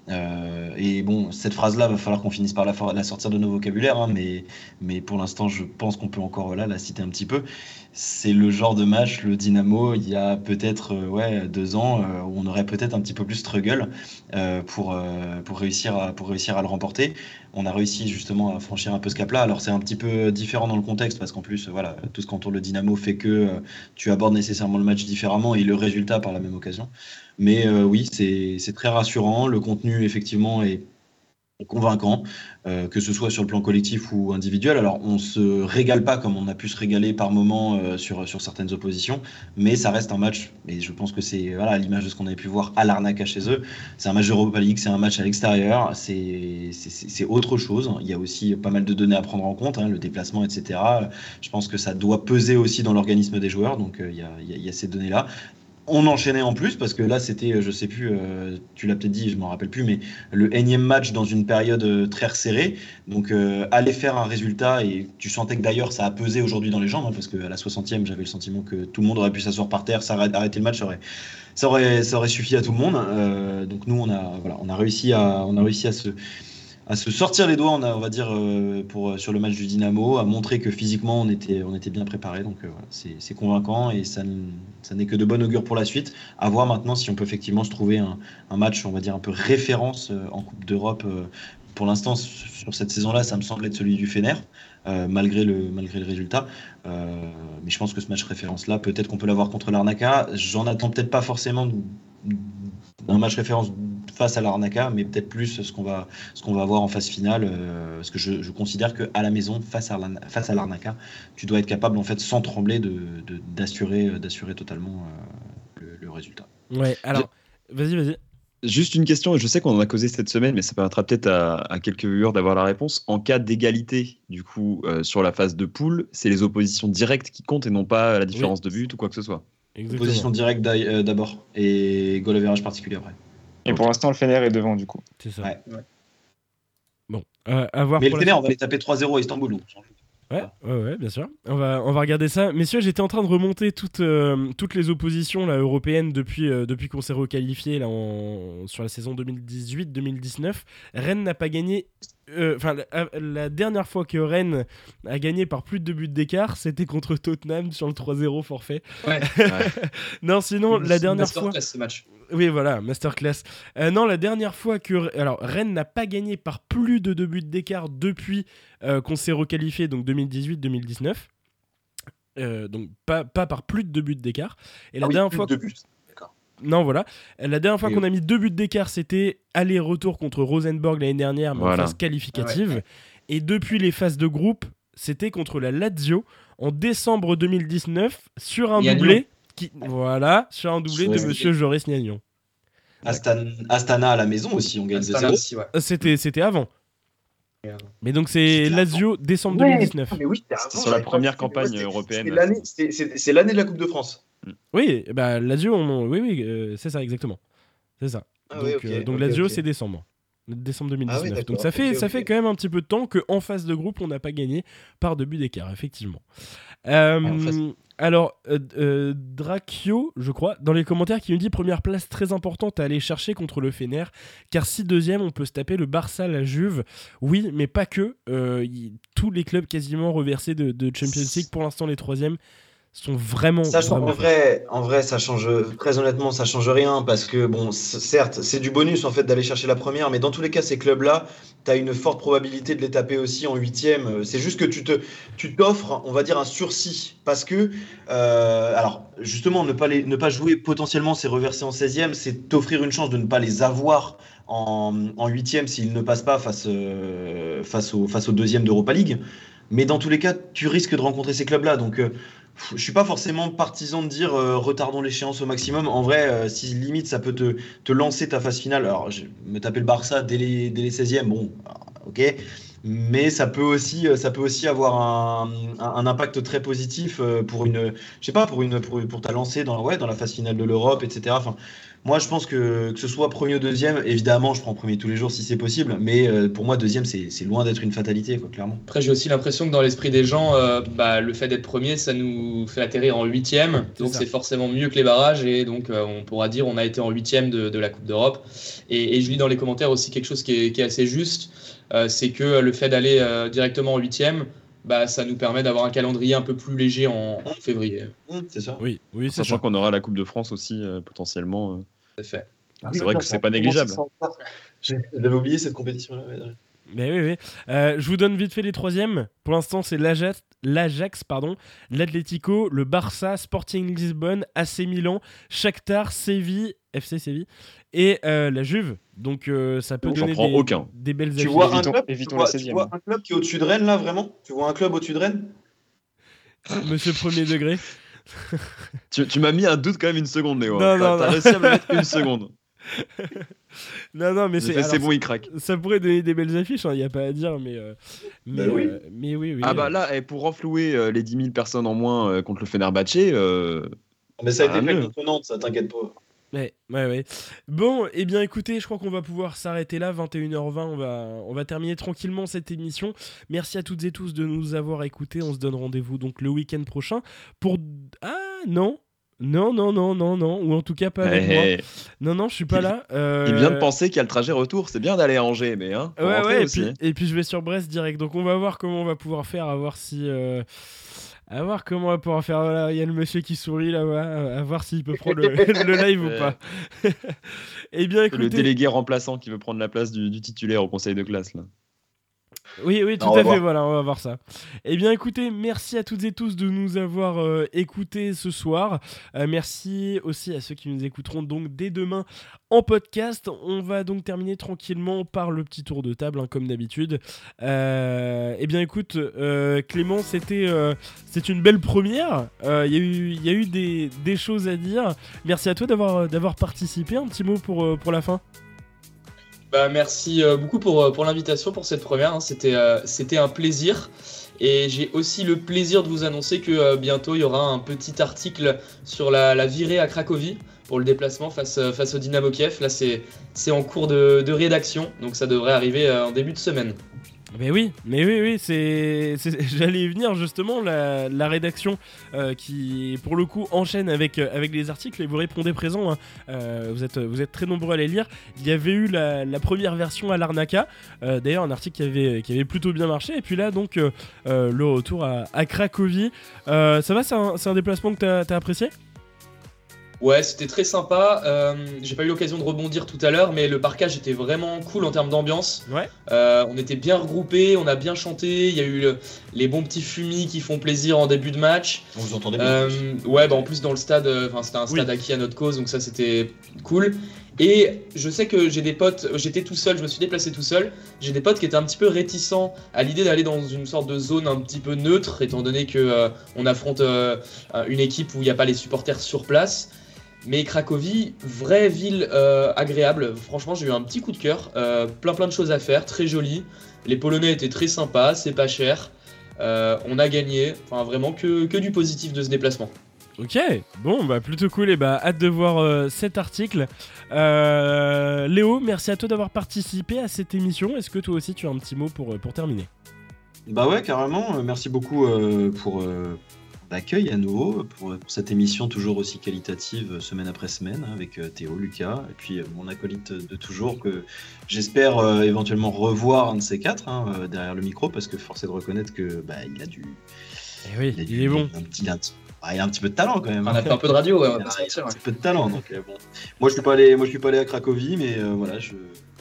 Euh, et bon, cette phrase-là, va falloir qu'on finisse par la, la sortir de nos vocabulaires, hein, mais, mais pour l'instant, je pense qu'on peut encore voilà, la citer un petit peu. C'est le genre de match, le Dynamo, il y a peut-être euh, ouais, deux ans, euh, où on aurait peut-être un petit peu plus struggle euh, pour, euh, pour, réussir à, pour réussir à le remporter. On a réussi justement à franchir un peu ce cap-là. Alors c'est un petit peu différent dans le contexte, parce qu'en plus, voilà, tout ce qu'entoure le Dynamo fait que euh, tu abordes nécessairement le match différemment et le résultat par la même occasion. Mais euh, oui, c'est, c'est très rassurant. Le contenu, effectivement, est convaincant, euh, que ce soit sur le plan collectif ou individuel. Alors, on se régale pas comme on a pu se régaler par moment euh, sur, sur certaines oppositions, mais ça reste un match, et je pense que c'est voilà, à l'image de ce qu'on avait pu voir à Larnaca chez eux, c'est un match d'Europa League, c'est un match à l'extérieur, c'est, c'est, c'est autre chose. Il y a aussi pas mal de données à prendre en compte, hein, le déplacement, et cetera. Je pense que ça doit peser aussi dans l'organisme des joueurs, donc euh, il y a, y a, y a ces données-là. On enchaînait en plus parce que là c'était, je sais plus, euh, tu l'as peut-être dit, je m'en rappelle plus, mais le énième match dans une période euh, très resserrée. Donc euh, aller faire un résultat, et tu sentais que d'ailleurs ça a pesé aujourd'hui dans les jambes, hein, parce qu'à la soixantième j'avais le sentiment que tout le monde aurait pu s'asseoir par terre, ça aurait arrêté le match, ça aurait, ça aurait, ça aurait suffi à tout le monde. Euh, donc nous on a, voilà, on a réussi à, on a réussi à se à se sortir les doigts, on, a, on va dire, euh, pour, sur le match du Dynamo, à montrer que physiquement on était, on était bien préparé. Donc euh, voilà, c'est, c'est convaincant et ça, ça n'est que de bon augure pour la suite. À voir maintenant si on peut effectivement se trouver un, un match, on va dire, un peu référence euh, en Coupe d'Europe. Euh, pour l'instant, sur cette saison-là, ça me semble être celui du Fener, euh, malgré, le, malgré le résultat. Euh, mais je pense que ce match référence-là, peut-être qu'on peut l'avoir contre l'Arnaca. J'en attends peut-être pas forcément un match référence face à l'Arnaca, mais peut-être plus ce qu'on va, ce qu'on va avoir en phase finale, euh, parce que je, je considère qu'à la maison, face à, face à l'Arnaca, tu dois être capable, en fait, sans trembler, de, de, d'assurer, d'assurer totalement euh, le, le résultat. Ouais, alors, je... vas-y, vas-y. Juste une question, je sais qu'on en a causé cette semaine, mais ça permettra peut-être à, à quelques viewers d'avoir la réponse. En cas d'égalité, du coup, euh, sur la phase de poule, c'est les oppositions directes qui comptent et non pas la différence oui. de but ou quoi que ce soit. Exactement. Opposition directe d'abord et goal average particulier après. Et okay. Pour l'instant, le Fener est devant, du coup. C'est ça. Ouais. Ouais. Bon, euh, à voir. Mais pour le Fener, la... on va les taper trois zéro à Istanbul. Donc. Ouais, ouais, ouais, bien sûr. On va, on va regarder ça. Messieurs, j'étais en train de remonter toutes, euh, toutes les oppositions là, européennes depuis, euh, depuis qu'on s'est requalifié là, en, sur la saison deux mille dix-huit deux mille dix-neuf. Rennes n'a pas gagné enfin, euh, la, la dernière fois que Rennes a gagné par plus de deux buts d'écart, c'était contre Tottenham sur le trois zéro forfait. Ouais. Non, sinon, la dernière fois. Ce match. Oui, voilà, masterclass. Euh, non, la dernière fois que. Alors, Rennes n'a pas gagné par plus de deux buts d'écart depuis euh, qu'on s'est requalifié, donc deux mille dix-huit deux mille dix-neuf. Euh, donc, pas, pas par plus de deux buts d'écart. Et la ah oui, dernière plus fois. de deux buts. D'accord. Non, voilà. La dernière fois Et qu'on oui. a mis deux buts d'écart, c'était aller-retour contre Rosenborg l'année dernière, mais Voilà. en phase qualificative. Ah ouais. Et depuis les phases de groupe, c'était contre la Lazio en décembre deux mille dix-neuf sur un Gnagnon. doublé. Qui... Voilà, sur un doublé Ouais, de monsieur Joris Gnagnon. Astan- Astana à la maison aussi, on gagne deux Astana zéro. aussi, ouais. Euh, C'était, c'était avant. Merde. Mais donc c'est C'était Lazio, décembre Ouais, deux mille dix-neuf. mais oui, c'était C'était avant, sur la j'avais pas première vu, campagne mais c'était- européenne. c'était l'année- C'est c'est- c'est l'année de la Coupe de France. Oui, bah Lazio, on... oui, oui, euh, c'est ça exactement. C'est ça. Ah donc oui, ok, euh, donc ok, Lazio, ok. c'est décembre. Décembre deux mille dix-neuf. Ah oui, donc d'accord, ça fait, ok, ça ok. fait quand même un petit peu de temps qu'en phase de groupe, on n'a pas gagné par deux buts d'écart, effectivement. Euh, en phase- alors, euh, euh, Dracchio, je crois, dans les commentaires, qui nous dit première place très importante à aller chercher contre le Fener, car si deuxième, on peut se taper le Barça, la Juve. Oui, mais pas que. Euh, y- tous les clubs quasiment reversés de, de Champions League, pour l'instant les troisièmes, sont vraiment. Ça, je trouve, vraiment en vrai, en vrai, ça change, très honnêtement, ça change rien parce que, bon, c- certes, c'est du bonus en fait d'aller chercher la première, mais dans tous les cas, ces clubs-là, tu as une forte probabilité de les taper aussi en huitième. C'est juste que tu te, tu t'offres, on va dire, un sursis parce que, euh, alors, justement, ne pas, les, ne pas jouer potentiellement ces reversés en seizième, c'est t'offrir une chance de ne pas les avoir en, en huitième s'ils ne passent pas face, euh, face, au, face au deuxième d'Europa League. Mais dans tous les cas, tu risques de rencontrer ces clubs-là. Donc, euh, je suis pas forcément partisan de dire euh, retardons l'échéance au maximum. En vrai, euh, si limite ça peut te, te lancer ta phase finale. Alors, je me taper le Barça dès les, dès les seizièmes, bon, ok. Mais ça peut aussi, ça peut aussi avoir un, un, un impact très positif euh, pour une, je sais pas, pour une, pour, pour ta lancée dans, ouais, dans la phase finale de l'Europe, et cetera. Enfin, moi, je pense que que ce soit premier ou deuxième, évidemment, je prends premier tous les jours si c'est possible. Mais euh, pour moi, deuxième, c'est c'est loin d'être une fatalité, quoi, clairement. Après, j'ai aussi l'impression que dans l'esprit des gens, euh, bah, le fait d'être premier, ça nous fait atterrir en huitième. C'est Donc ça. c'est forcément mieux que les barrages. Et donc euh, on pourra dire on a été en huitième de, de la Coupe d'Europe. Et, et je lis dans les commentaires aussi quelque chose qui est, qui est assez juste. Euh, c'est que le fait d'aller euh, directement en huitième, bah, ça nous permet d'avoir un calendrier un peu plus léger en, en février. Mmh, c'est ça. Oui, oui, c'est Sachant ça. qu'on aura la Coupe de France aussi, euh, potentiellement. euh. Tout à fait. C'est vrai que c'est pas négligeable. J'avais oublié cette compétition-là. ouais. Mais oui, oui. Euh, je vous donne vite fait les troisièmes. Pour l'instant, c'est l'Ajax, l'Ajax, pardon, l'Atlético, le Barça, Sporting Lisbonne, A C Milan, Shakhtar, Séville, F C Séville et euh, la Juve. Donc euh, ça peut J'en donner prends des, aucun. des belles Tu affiches. vois, un Évitons- club, tu, évitons vois, la tu seizième. vois un club qui est au-dessus de Rennes, là, vraiment? Tu vois un club au-dessus de Rennes? Monsieur premier degré. Tu, tu m'as mis un doute quand même une seconde, Léo. Non, hein. non, T'as t'as non. réussi à me mettre une seconde. Non, non, mais J'ai c'est, fait, alors, c'est bon, il craque. ça pourrait donner des belles affiches, il n'y a pas à dire, mais, euh, mais, Bah oui. euh, mais oui, oui. Ah bah là, et pour renflouer euh, les dix mille personnes en moins euh, contre le Fenerbahçe, euh, Mais ça a Ah, été fait mieux. contre Nantes, ça t'inquiète pas. Ouais, ouais, ouais. Bon, eh bien écoutez, je crois qu'on va pouvoir s'arrêter là, vingt et une heures vingt, on va, on va terminer tranquillement cette émission. Merci à toutes et tous de nous avoir écoutés, on se donne rendez-vous donc le week-end prochain pour... Ah non non, non, non, non, non, ou en tout cas pas avec eh, moi. eh, Non, non, je suis pas là. Euh, il vient de penser qu'il y a le trajet retour. C'est bien d'aller à Angers, mais hein, faut Ouais, rentrer ouais, et aussi. puis, et puis je vais sur Brest direct, donc on va voir comment on va pouvoir faire, à voir si... euh, À voir comment on va pouvoir faire. Voilà, il y a le monsieur qui sourit là, voilà, à voir s'il peut prendre le, le live ou pas. Eh bien, Le écoutez. délégué remplaçant qui veut prendre la place du, du titulaire au conseil de classe. Là. Oui, oui, tout On va à fait, voir. voilà, on va voir ça. Eh bien, écoutez, merci à toutes et tous de nous avoir euh, écoutés ce soir. Euh, merci aussi à ceux qui nous écouteront donc dès demain en podcast. On va donc terminer tranquillement par le petit tour de table, hein, comme d'habitude. Euh, eh bien, écoute, euh, Clément, c'était euh, c'est une belle première. Il euh, y a eu, y a eu des, des choses à dire. Merci à toi d'avoir, d'avoir participé. Un petit mot pour, euh, pour la fin. Bah, merci euh, beaucoup pour, euh, pour l'invitation pour cette première. hein. C'était, euh, c'était un plaisir. Et j'ai aussi le plaisir de vous annoncer que euh, bientôt il y aura un petit article sur la, la virée à Cracovie pour le déplacement face, euh, face au Dynamo Kiev. Là, c'est, c'est en cours de, de rédaction, donc ça devrait arriver euh, en début de semaine. Mais oui, mais oui, oui, c'est, c'est... j'allais y venir justement, la, la rédaction euh, qui, pour le coup, enchaîne avec, euh, avec les articles et vous répondez présent, hein. euh, vous, êtes, vous êtes très nombreux à les lire. Il y avait eu la, la première version à l'Arnaca, euh, d'ailleurs un article qui avait, qui avait plutôt bien marché, et puis là, donc, euh, euh, le retour à, à Cracovie. Euh, ça va, c'est un, c'est un déplacement que t'as, t'as apprécié ? Ouais, c'était très sympa. Euh, j'ai pas eu l'occasion de rebondir tout à l'heure, mais le parkage était vraiment cool en termes d'ambiance. Ouais. Euh, on était bien regroupés, on a bien chanté. Il y a eu le, les bons petits fumis qui font plaisir en début de match. On vous entendait bien. Euh, ouais, bah en plus dans le stade, enfin c'était un stade oui. acquis à notre cause, donc ça c'était cool. Et je sais que j'ai des potes, j'étais tout seul, je me suis déplacé tout seul. J'ai des potes qui étaient un petit peu réticents à l'idée d'aller dans une sorte de zone un petit peu neutre, étant donné que euh, on affronte euh, une équipe où il n'y a pas les supporters sur place. Mais Cracovie, vraie ville euh, agréable. Franchement, j'ai eu un petit coup de cœur. Euh, plein plein de choses à faire, très joli. Les Polonais étaient très sympas, c'est pas cher. Euh, on a gagné. Enfin, vraiment que, que du positif de ce déplacement. Ok, bon, bah plutôt cool. Et bah hâte de voir euh, cet article. Euh, Léo, merci à toi d'avoir participé à cette émission. Est-ce que toi aussi tu as un petit mot pour, pour terminer ? Bah ouais, carrément. Merci beaucoup euh, pour... Euh... l'accueil à nouveau pour, pour cette émission toujours aussi qualitative semaine après semaine avec euh, Théo, Lucas et puis euh, mon acolyte de toujours que j'espère euh, éventuellement revoir un de ces quatre hein, euh, derrière le micro parce que force est de reconnaître que bah, il a du eh oui, il, a il, du, est bon. Il, a un petit, il, a un petit, ah, il a un petit peu de talent quand même. On a fait un peu de radio, ouais, on va pas se mentir. Un petit peu de talent donc euh, bon. Moi je suis pas allé, moi je suis pas allé à Cracovie mais euh, voilà je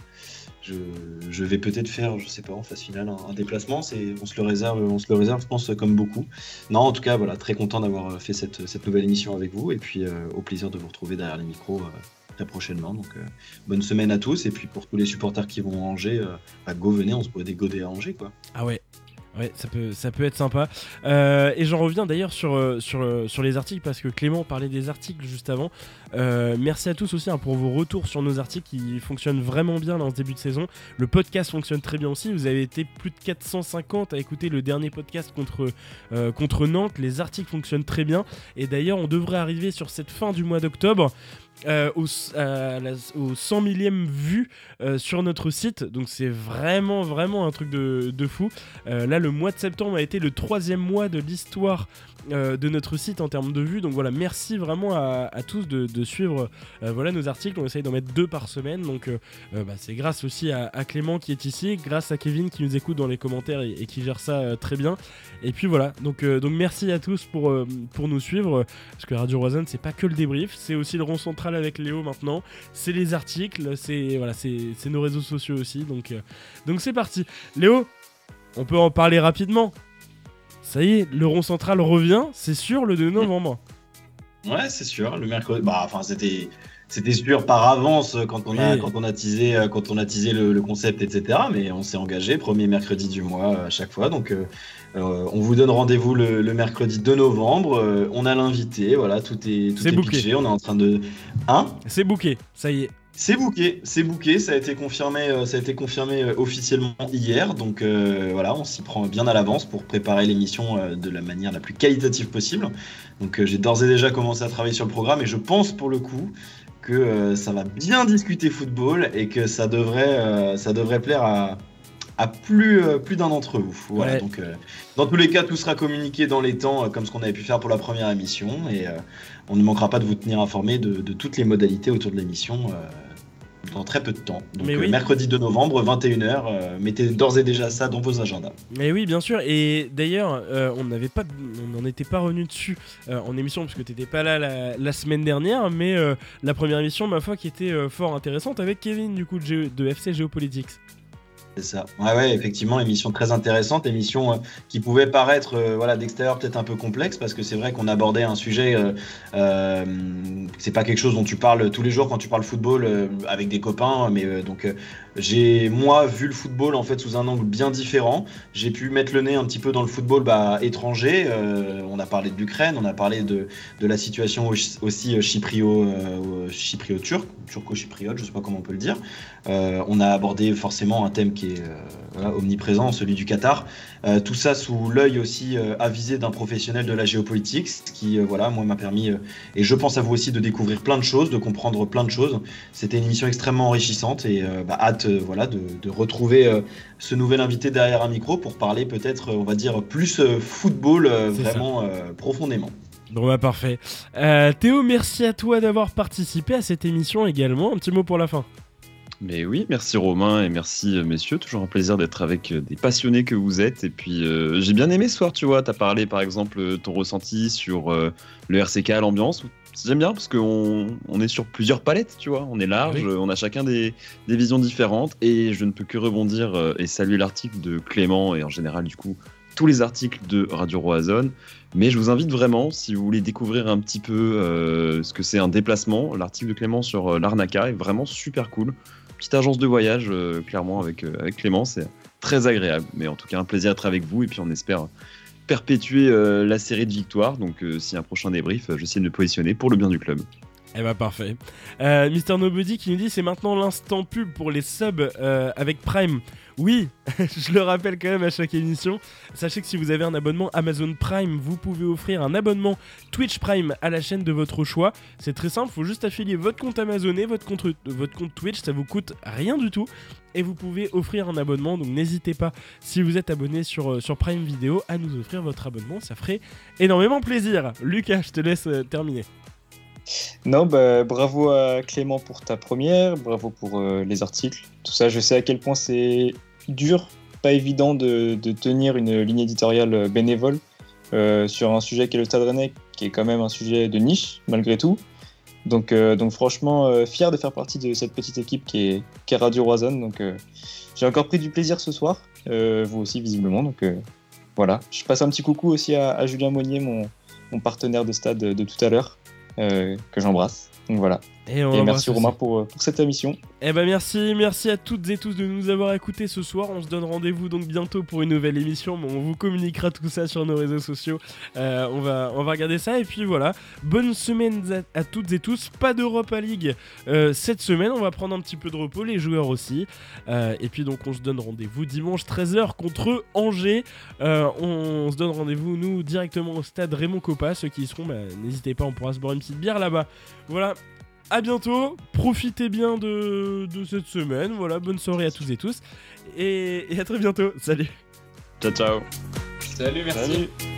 Je, je vais peut-être faire, je sais pas, en phase finale, un, un déplacement. C'est, on se le réserve, on se le réserve, je pense, comme beaucoup. Non, en tout cas, voilà, très content d'avoir fait cette, cette nouvelle émission avec vous, et puis euh, au plaisir de vous retrouver derrière les micros euh, très prochainement. Donc, euh, bonne semaine à tous, et puis pour tous les supporters qui vont à Angers, euh, bah, go, venez, on se boit des godets à Angers, quoi. Ah ouais. Ouais, ça peut, ça peut être sympa. Euh, et j'en reviens d'ailleurs sur, sur, sur les articles parce que Clément parlait des articles juste avant. Euh, merci à tous aussi hein, pour vos retours sur nos articles qui fonctionnent vraiment bien dans ce début de saison. Le podcast fonctionne très bien aussi. Vous avez été plus de quatre cent cinquante à écouter le dernier podcast contre, euh, contre Nantes. Les articles fonctionnent très bien. Et d'ailleurs, on devrait arriver sur cette fin du mois d'octobre. Euh, au, euh, la, au cent millième vue euh, sur notre site, donc c'est vraiment vraiment un truc de, de fou. Euh, là le mois de septembre a été le troisième mois de l'histoire euh, de notre site en termes de vues, donc voilà, merci vraiment à, à tous de, de suivre euh, voilà, nos articles. On essaye d'en mettre deux par semaine, donc euh, euh, bah, c'est grâce aussi à, à Clément qui est ici, grâce à Kevin qui nous écoute dans les commentaires et, et qui gère ça euh, très bien. Et puis voilà, donc, euh, donc merci à tous pour, euh, pour nous suivre, parce que Radio Roison c'est pas que le débrief, c'est aussi le rond central avec Léo maintenant, c'est les articles, c'est, voilà, c'est, c'est nos réseaux sociaux aussi, donc, euh, donc c'est parti. Léo, on peut en parler rapidement. Ça y est, le rond central revient, c'est sûr, le deux novembre. Ouais, c'est sûr, le mercredi, bah enfin c'était... C'était sûr par avance quand on a, oui. quand on a teasé, quand on a teasé le, le concept, et cetera. Mais on s'est engagé, premier mercredi du mois à chaque fois. Donc, euh, on vous donne rendez-vous le, le mercredi deux novembre. Euh, on a l'invité, voilà, tout est, tout c'est est booké. pitché. On est en train de... Hein ? C'est booké, ça y est. C'est booké, c'est booké, ça a été confirmé, ça a été confirmé officiellement hier, donc euh, voilà, on s'y prend bien à l'avance pour préparer l'émission euh, de la manière la plus qualitative possible. Donc euh, j'ai d'ores et déjà commencé à travailler sur le programme et je pense pour le coup que euh, ça va bien discuter football et que ça devrait, euh, ça devrait plaire à, à plus, euh, plus d'un d'entre vous. Voilà, ouais. Donc euh, dans tous les cas, tout sera communiqué dans les temps, euh, comme ce qu'on avait pu faire pour la première émission, et euh, on ne manquera pas de vous tenir informé de, de toutes les modalités autour de l'émission euh, dans très peu de temps. Donc oui. euh, mercredi deux novembre, vingt et une heures, euh, mettez d'ores et déjà ça dans vos agendas. Mais oui, bien sûr, et d'ailleurs, euh, on n'avait pas, on n'en était pas revenu dessus euh, en émission, parce que tu n'étais pas là la, la semaine dernière, mais euh, la première émission, ma foi, qui était euh, fort intéressante, avec Kevin, du coup, de, Gé- de F C Géopolitics. C'est ça. Ouais, ouais, effectivement, émission très intéressante, émission euh, qui pouvait paraître euh, voilà, d'extérieur peut-être un peu complexe, parce que c'est vrai qu'on abordait un sujet, euh, euh, c'est pas quelque chose dont tu parles tous les jours quand tu parles football euh, avec des copains, mais euh, donc euh, j'ai, moi, vu le football en fait sous un angle bien différent. J'ai pu mettre le nez un petit peu dans le football bah, étranger. Euh, on a parlé de l'Ukraine, on a parlé de, de la situation aussi chyprio, euh, chyprio-turc, turco-chypriote, je sais pas comment on peut le dire. Euh, on a abordé forcément un thème qui qui est euh, voilà, omniprésent, celui du Qatar. Euh, tout ça sous l'œil aussi euh, avisé d'un professionnel de la géopolitique, ce qui, euh, voilà, moi, m'a permis, euh, et je pense à vous aussi, de découvrir plein de choses, de comprendre plein de choses. C'était une émission extrêmement enrichissante et euh, bah, hâte euh, voilà, de, de retrouver euh, ce nouvel invité derrière un micro pour parler peut-être, on va dire, plus euh, football euh, vraiment euh, profondément. Bon bah parfait. Euh, Théo, merci à toi d'avoir participé à cette émission également. Un petit mot pour la fin. Mais oui, merci Romain et merci euh, messieurs. Toujours un plaisir d'être avec euh, des passionnés que vous êtes. Et puis euh, j'ai bien aimé ce soir, tu vois. T'as parlé par exemple euh, ton ressenti sur euh, le R C K, l'ambiance. J'aime bien parce qu'on on est sur plusieurs palettes, tu vois. On est large, oui. On a chacun des, des visions différentes. Et je ne peux que rebondir euh, et saluer l'article de Clément et en général du coup tous les articles de Radio Roazhon. Mais je vous invite vraiment, si vous voulez découvrir un petit peu euh, ce que c'est un déplacement, l'article de Clément sur euh, l'Arnaca est vraiment super cool. Petite agence de voyage, euh, clairement, avec, euh, avec Clément, c'est très agréable. Mais en tout cas, un plaisir d'être avec vous et puis on espère perpétuer euh, la série de victoires. Donc, euh, s'il y a un prochain débrief, euh, j'essaie de me positionner pour le bien du club. Eh bah parfait. Euh, Mister Nobody qui nous dit c'est maintenant l'instant pub pour les subs euh, avec Prime. Oui, je le rappelle quand même à chaque émission. Sachez que si vous avez un abonnement Amazon Prime, vous pouvez offrir un abonnement Twitch Prime à la chaîne de votre choix. C'est très simple, il faut juste affilier votre compte Amazon et votre compte, votre compte Twitch, ça vous coûte rien du tout. Et vous pouvez offrir un abonnement, donc n'hésitez pas, si vous êtes abonné sur, sur Prime Video, à nous offrir votre abonnement, ça ferait énormément plaisir. Lucas, je te laisse euh, terminer. Non, bah, bravo à Clément pour ta première, bravo pour euh, les articles, tout ça. Je sais à quel point c'est dur, pas évident de, de tenir une ligne éditoriale bénévole euh, sur un sujet qui est le Stade Rennais, qui est quand même un sujet de niche, malgré tout. Donc, euh, donc franchement, euh, fier de faire partie de cette petite équipe qui est, qui est Radio Roazhon. Donc, euh, j'ai encore pris du plaisir ce soir, euh, vous aussi visiblement. Donc euh, voilà, je passe un petit coucou aussi à, à Julien Monnier, mon, mon partenaire de stade de, de tout à l'heure. Euh, que j'embrasse. Donc voilà. Et, et merci Romain pour, pour cette émission. Eh ben merci, merci à toutes et tous de nous avoir écoutés ce soir. On se donne rendez-vous donc bientôt pour une nouvelle émission. Mais on vous communiquera tout ça sur nos réseaux sociaux. Euh, on va, on va regarder ça et puis voilà. Bonne semaine à, à toutes et tous. Pas d'Europa League euh, cette semaine. On va prendre un petit peu de repos, les joueurs aussi. Euh, et puis donc on se donne rendez-vous dimanche treize heures contre Angers. Euh, on, on se donne rendez-vous nous directement au stade Raymond Kopa. Ceux qui y seront, bah, n'hésitez pas, on pourra se boire une petite bière là-bas. Voilà. À bientôt, profitez bien de, de cette semaine, voilà, bonne soirée à tous et tous, et, et à très bientôt, salut. Ciao ciao. Salut, merci. Salut.